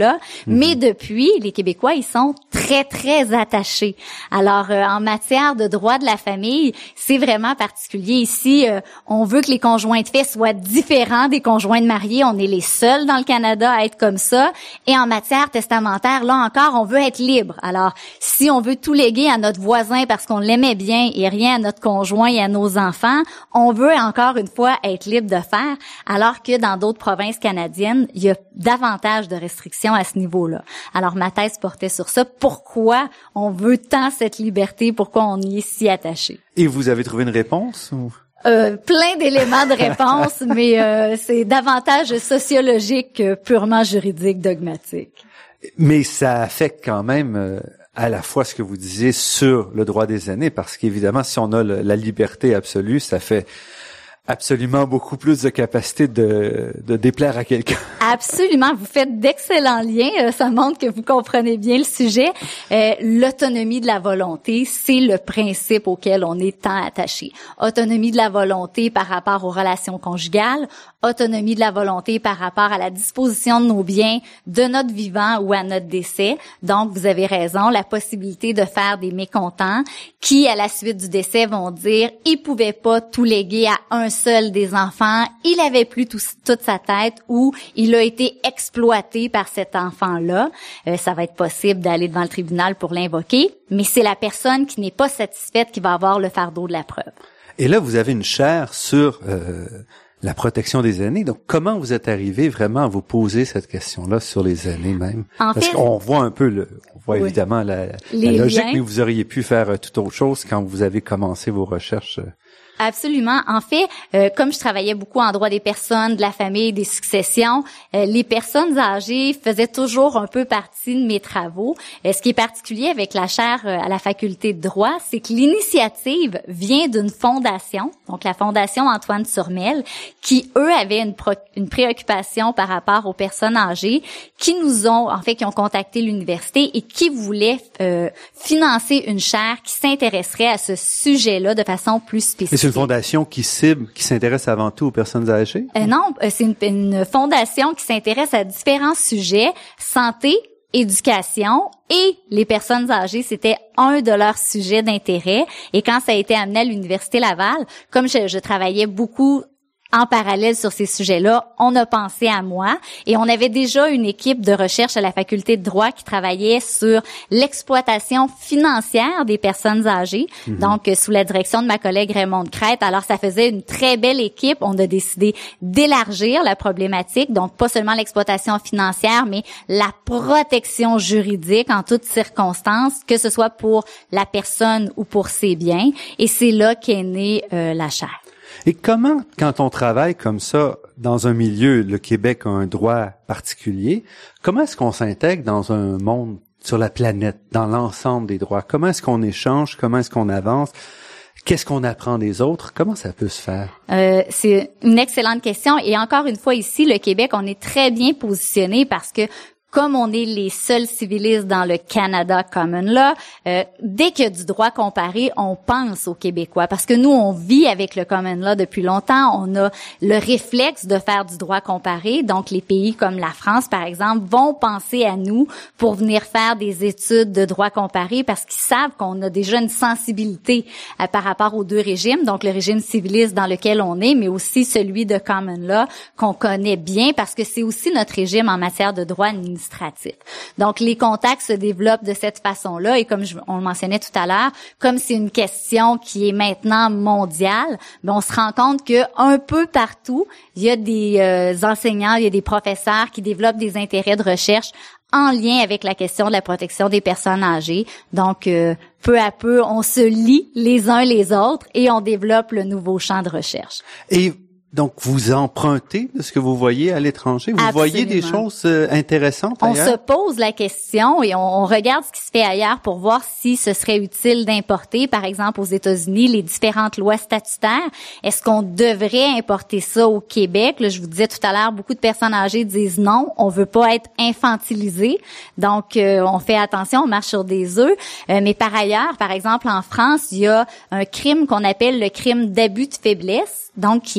Mmh. Mais depuis, les Québécois, ils sont très, très attachés. Alors, euh, en matière de droit de la famille, c'est vraiment particulier. Ici, euh, on veut que les conjoints de fait soient différents des conjoints de mariés. On est les seuls dans le Canada à être comme ça. Et en matière testamentaire, là encore, on veut être libre. Alors, si on veut tout léguer à notre voisin parce qu'on l'aimait bien et rien à notre conjoint et à nos enfants, on veut encore une fois être libre de faire, alors que dans d'autres provinces canadiennes, il y a davantage de restrictions à ce niveau-là. Alors, ma thèse portait sur ça. Pourquoi on veut tant cette liberté? Pourquoi on y est si attaché? Et vous avez trouvé une réponse ou? Euh, plein d'éléments de réponse, mais euh, c'est davantage sociologique que purement juridique, dogmatique. Mais ça affecte quand même euh, à la fois ce que vous disiez sur le droit des aînés, parce qu'évidemment, si on a le, la liberté absolue, ça fait absolument beaucoup plus de capacité de, de déplaire à quelqu'un. Absolument, vous faites d'excellents liens, ça montre que vous comprenez bien le sujet. Euh, l'autonomie de la volonté, c'est le principe auquel on est tant attaché. Autonomie de la volonté par rapport aux relations conjugales, autonomie de la volonté par rapport à la disposition de nos biens, de notre vivant ou à notre décès. Donc, vous avez raison, la possibilité de faire des mécontents qui, à la suite du décès, vont dire « il pouvait pas tout léguer à un seul des enfants, il avait plus tout, toute sa tête ou il a été exploité par cet enfant-là. Euh, » Ça va être possible d'aller devant le tribunal pour l'invoquer, mais c'est la personne qui n'est pas satisfaite qui va avoir le fardeau de la preuve. Et là, vous avez une chaire sur euh, la protection des aînés. Donc, comment vous êtes arrivé vraiment à vous poser cette question-là sur les aînés même? En Parce fait, qu'on voit un peu, le, on voit oui. évidemment la, la logique, liens. Mais vous auriez pu faire toute autre chose quand vous avez commencé vos recherches. Absolument. En fait, euh, comme je travaillais beaucoup en droit des personnes, de la famille, des successions, euh, les personnes âgées faisaient toujours un peu partie de mes travaux. Euh, ce qui est particulier avec la chaire euh, à la faculté de droit, c'est que l'initiative vient d'une fondation, donc la Fondation Antoine Turmel, qui, eux, avaient une, pro- une préoccupation par rapport aux personnes âgées, qui nous ont, en fait, qui ont contacté l'université et qui voulaient euh, financer une chaire qui s'intéresserait à ce sujet-là de façon plus spécifique. C'est une fondation qui cible, qui s'intéresse avant tout aux personnes âgées? Euh, non, c'est une, une fondation qui s'intéresse à différents sujets, santé, éducation et les personnes âgées, c'était un de leurs sujets d'intérêt. Et quand ça a été amené à l'Université Laval, comme je, je travaillais beaucoup en parallèle sur ces sujets-là, on a pensé à moi et on avait déjà une équipe de recherche à la faculté de droit qui travaillait sur l'exploitation financière des personnes âgées, mmh. donc sous la direction de ma collègue Raymonde Crête. Alors, ça faisait une très belle équipe. On a décidé d'élargir la problématique, donc pas seulement l'exploitation financière, mais la protection juridique en toutes circonstances, que ce soit pour la personne ou pour ses biens. Et c'est là qu'est née euh, la chaire. Et comment, quand on travaille comme ça, dans un milieu, le Québec a un droit particulier, comment est-ce qu'on s'intègre dans un monde sur la planète, dans l'ensemble des droits? Comment est-ce qu'on échange? Comment est-ce qu'on avance? Qu'est-ce qu'on apprend des autres? Comment ça peut se faire? Euh, c'est une excellente question. Et encore une fois, ici, le Québec, on est très bien positionné parce que comme on est les seuls civilistes dans le Canada Common Law, euh, dès qu'il y a du droit comparé, on pense aux Québécois. Parce que nous, on vit avec le Common Law depuis longtemps. On a le réflexe de faire du droit comparé. Donc, les pays comme la France, par exemple, vont penser à nous pour venir faire des études de droit comparé parce qu'ils savent qu'on a déjà une sensibilité euh, par rapport aux deux régimes. Donc, le régime civiliste dans lequel on est, mais aussi celui de Common Law qu'on connaît bien parce que c'est aussi notre régime en matière de droit administratif. Donc, les contacts se développent de cette façon-là et comme je, on le mentionnait tout à l'heure, comme c'est une question qui est maintenant mondiale, ben on se rend compte que un peu partout, il y a des euh, enseignants, il y a des professeurs qui développent des intérêts de recherche en lien avec la question de la protection des personnes âgées. Donc, euh, peu à peu, on se lie les uns les autres et on développe le nouveau champ de recherche. Et donc, vous empruntez de ce que vous voyez à l'étranger? Vous Absolument. Voyez des choses euh, intéressantes ailleurs? On se pose la question et on, on regarde ce qui se fait ailleurs pour voir si ce serait utile d'importer, par exemple, aux États-Unis, les différentes lois statutaires. Est-ce qu'on devrait importer ça au Québec? Là, je vous disais tout à l'heure, beaucoup de personnes âgées disent non, on veut pas être infantilisé. Donc, euh, on fait attention, on marche sur des œufs. Euh, mais par ailleurs, par exemple, en France, il y a un crime qu'on appelle le crime d'abus de faiblesse, donc qui est prévu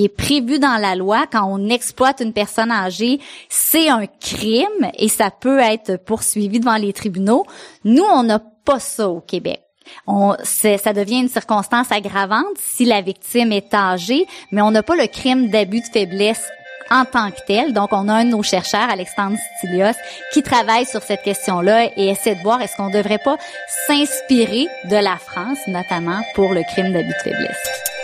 prévu dans la loi. Quand on exploite une personne âgée, c'est un crime et ça peut être poursuivi devant les tribunaux. Nous, on n'a pas ça au Québec. On, c'est, ça devient une circonstance aggravante si la victime est âgée, mais on n'a pas le crime d'abus de faiblesse en tant que tel. Donc, on a un de nos chercheurs, Alexandre Stilios, qui travaille sur cette question-là et essaie de voir est-ce qu'on ne devrait pas s'inspirer de la France, notamment pour le crime d'abus de faiblesse.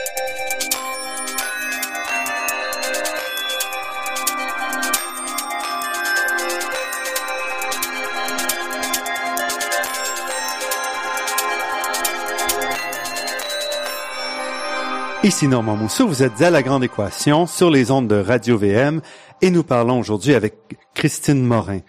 Ici Normand Mousseau, vous êtes à La Grande Équation sur les ondes de Radio-V M et nous parlons aujourd'hui avec Christine Morin.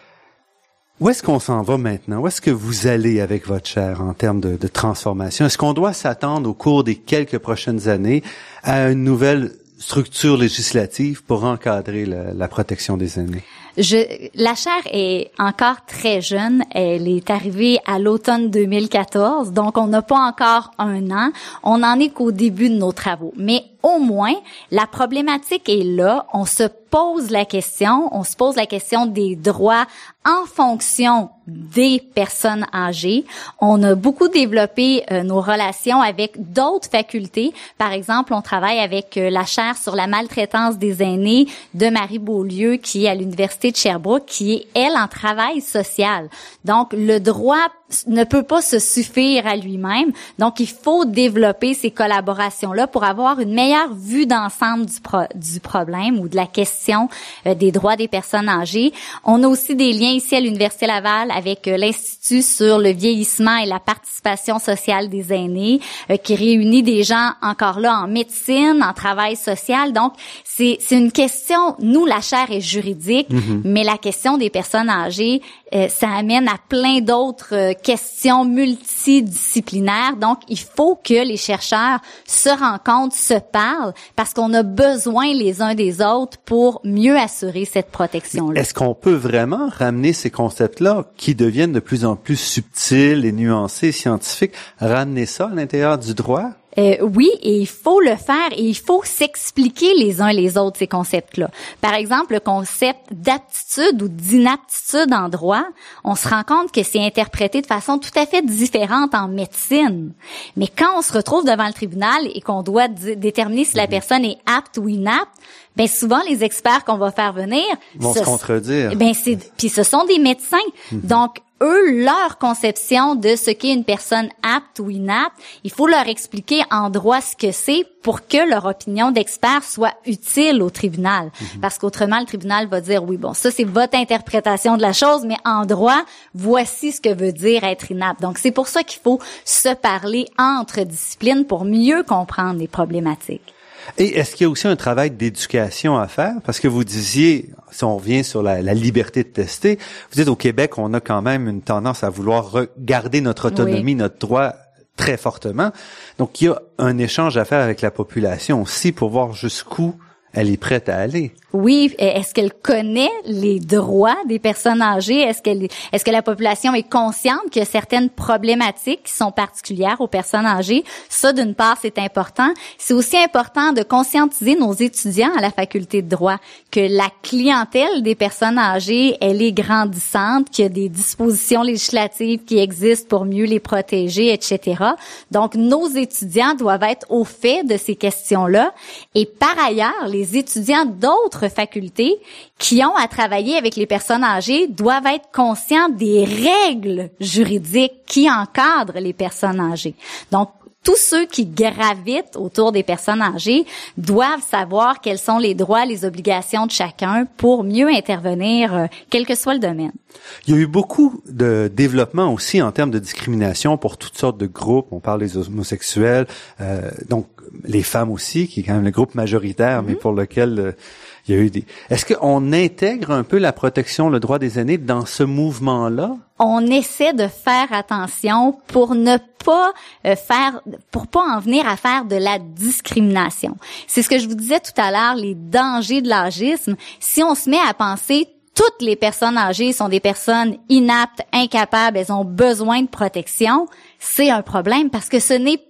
Où est-ce qu'on s'en va maintenant? Où est-ce que vous allez avec votre chaire en termes de, de transformation? Est-ce qu'on doit s'attendre au cours des quelques prochaines années à une nouvelle structure législative pour encadrer la, la protection des aînés? Je, la chaire est encore très jeune. Elle est arrivée à l'automne deux mille quatorze, donc on n'a pas encore un an. On n'en est qu'au début de nos travaux. Mais au moins, la problématique est là. On se pose la question, on se pose la question des droits en fonction des personnes âgées. On a beaucoup développé euh, nos relations avec d'autres facultés. Par exemple, on travaille avec euh, la chaire sur la maltraitance des aînés de Marie Beaulieu, qui est à l'Université de Sherbrooke, qui est, elle, en travail social. Donc, le droit ne peut pas se suffire à lui-même. Donc, il faut développer ces collaborations-là pour avoir une meilleure vue d'ensemble du, pro- du problème ou de la question euh, des droits des personnes âgées. On a aussi des liens ici à l'Université Laval avec euh, l'Institut sur le vieillissement et la participation sociale des aînés, euh, qui réunit des gens encore là en médecine, en travail social. Donc, c'est, c'est une question, nous, la chaire est juridique, mm-hmm. mais la question des personnes âgées, euh, ça amène à plein d'autres euh, questions multidisciplinaires. Donc, il faut que les chercheurs se rencontrent, se parlent, parce qu'on a besoin les uns des autres pour mieux assurer cette protection-là. Est-ce qu'on peut vraiment ramener ces concepts-là, qui deviennent de plus en plus subtils et nuancés, scientifiques, ramener ça à l'intérieur du droit? Euh, oui, et il faut le faire et il faut s'expliquer les uns les autres ces concepts-là. Par exemple, le concept d'aptitude ou d'inaptitude en droit, on se rend compte que c'est interprété de façon tout à fait différente en médecine. Mais quand on se retrouve devant le tribunal et qu'on doit d- déterminer si la personne est apte ou inapte, ben souvent les experts qu'on va faire venir vont se, se contredire. Ben c'est puis ce sont des médecins. Mm-hmm. Donc eux, leur conception de ce qu'est une personne apte ou inapte, il faut leur expliquer en droit ce que c'est pour que leur opinion d'expert soit utile au tribunal. Mm-hmm. Parce qu'autrement, le tribunal va dire, oui, bon, ça, c'est votre interprétation de la chose, mais en droit, voici ce que veut dire être inapte. Donc, c'est pour ça qu'il faut se parler entre disciplines pour mieux comprendre les problématiques. Et est-ce qu'il y a aussi un travail d'éducation à faire? Parce que vous disiez, si on revient sur la, la liberté de tester, vous dites au Québec, on a quand même une tendance à vouloir garder notre autonomie, oui. notre droit très fortement. Donc, il y a un échange à faire avec la population aussi pour voir jusqu'où elle est prête à aller. Oui, est-ce qu'elle connaît les droits des personnes âgées? Est-ce qu'elle, est-ce que la population est consciente qu'il y a certaines problématiques qui sont particulières aux personnes âgées? Ça, d'une part, c'est important. C'est aussi important de conscientiser nos étudiants à la faculté de droit que la clientèle des personnes âgées, elle est grandissante, qu'il y a des dispositions législatives qui existent pour mieux les protéger, et cetera. Donc, nos étudiants doivent être au fait de ces questions-là. Et par ailleurs, les étudiants d'autres facultés qui ont à travailler avec les personnes âgées doivent être conscients des règles juridiques qui encadrent les personnes âgées. Donc, tous ceux qui gravitent autour des personnes âgées doivent savoir quels sont les droits, les obligations de chacun pour mieux intervenir, euh, quel que soit le domaine. Il y a eu beaucoup de développement aussi en termes de discrimination pour toutes sortes de groupes. On parle des homosexuels, euh, donc les femmes aussi, qui est quand même le groupe majoritaire, mm-hmm. mais pour lequel euh, il y a eu des... Est-ce qu'on intègre un peu la protection, le droit des aînés dans ce mouvement-là? On essaie de faire attention pour ne pas euh, faire, pour pas en venir à faire de la discrimination. C'est ce que je vous disais tout à l'heure, les dangers de l'âgisme. Si on se met à penser toutes les personnes âgées sont des personnes inaptes, incapables, elles ont besoin de protection, c'est un problème parce que ce n'est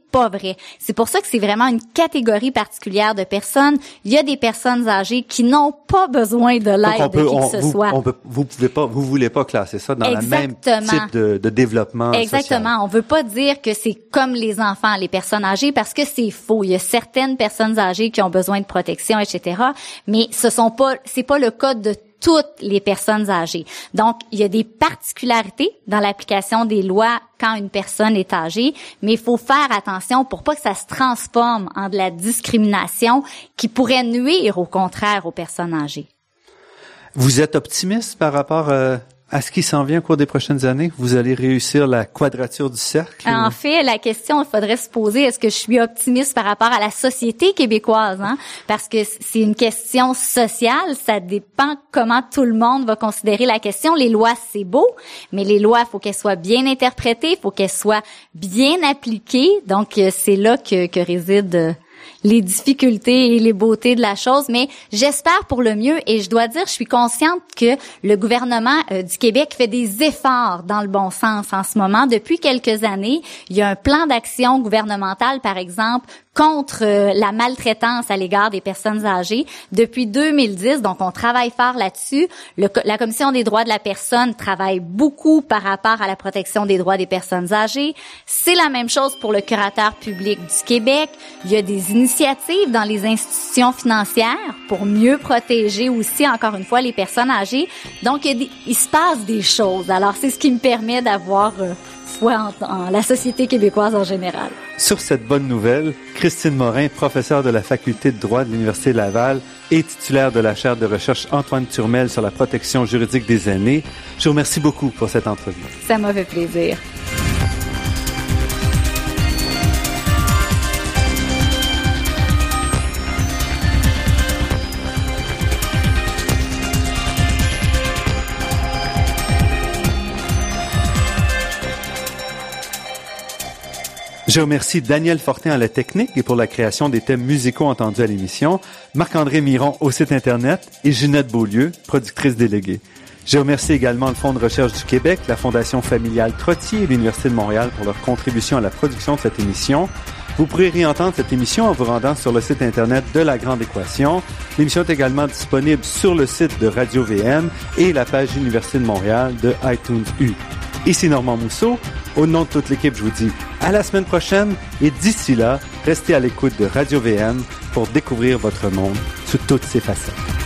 pas vrai. C'est pour ça que c'est vraiment une catégorie particulière de personnes. Il y a des personnes âgées qui n'ont pas besoin de l'aide de qui on, que ce vous, soit. On peut, vous pouvez pas, vous voulez pas classer ça dans Exactement. la même type de, de développement Exactement. social. On veut pas dire que c'est comme les enfants, les personnes âgées, parce que c'est faux. Il y a certaines personnes âgées qui ont besoin de protection, et cetera. Mais ce sont pas, c'est pas le cas de toutes les personnes âgées. Donc, il y a des particularités dans l'application des lois quand une personne est âgée, mais il faut faire attention pour pas que ça se transforme en de la discrimination qui pourrait nuire, au contraire, aux personnes âgées. Vous êtes optimiste par rapport euh, à ce qui s'en vient au cours des prochaines années? Vous allez réussir la quadrature du cercle? En ou... fait, la question, il faudrait se poser, est-ce que je suis optimiste par rapport à la société québécoise, hein? Parce que c'est une question sociale, ça dépend comment tout le monde va considérer la question. Les lois, c'est beau, mais les lois, il faut qu'elles soient bien interprétées, il faut qu'elles soient bien appliquées. Donc, c'est là que, que réside les difficultés et les beautés de la chose, mais j'espère pour le mieux et je dois dire, je suis consciente que le gouvernement euh, du Québec fait des efforts dans le bon sens en ce moment. Depuis quelques années, il y a un plan d'action gouvernemental, par exemple, contre euh, la maltraitance à l'égard des personnes âgées depuis deux mille dix. Donc, on travaille fort là-dessus. Le, la Commission des droits de la personne travaille beaucoup par rapport à la protection des droits des personnes âgées. C'est la même chose pour le curateur public du Québec. Il y a des initiatives dans les institutions financières pour mieux protéger aussi, encore une fois, les personnes âgées. Donc, il, y a des, il se passe des choses. Alors, c'est ce qui me permet d'avoir euh, foi en, en la société québécoise en général. Sur cette bonne nouvelle, Christine Morin, professeure de la Faculté de droit de l'Université Laval et titulaire de la chaire de recherche Antoine Turmel sur la protection juridique des aînés, je vous remercie beaucoup pour cette entrevue. Ça m'a fait plaisir. Je remercie Daniel Fortin à la technique et pour la création des thèmes musicaux entendus à l'émission, Marc-André Miron au site Internet et Ginette Beaulieu, productrice déléguée. Je remercie également le Fonds de recherche du Québec, la Fondation familiale Trottier et l'Université de Montréal pour leur contribution à la production de cette émission. Vous pourrez réentendre cette émission en vous rendant sur le site Internet de La Grande Équation. L'émission est également disponible sur le site de Radio-V M et la page Université de Montréal de iTunes U. Ici Normand Mousseau. Au nom de toute l'équipe, je vous dis à la semaine prochaine et d'ici là, restez à l'écoute de Radio-V M pour découvrir votre monde sous toutes ses facettes.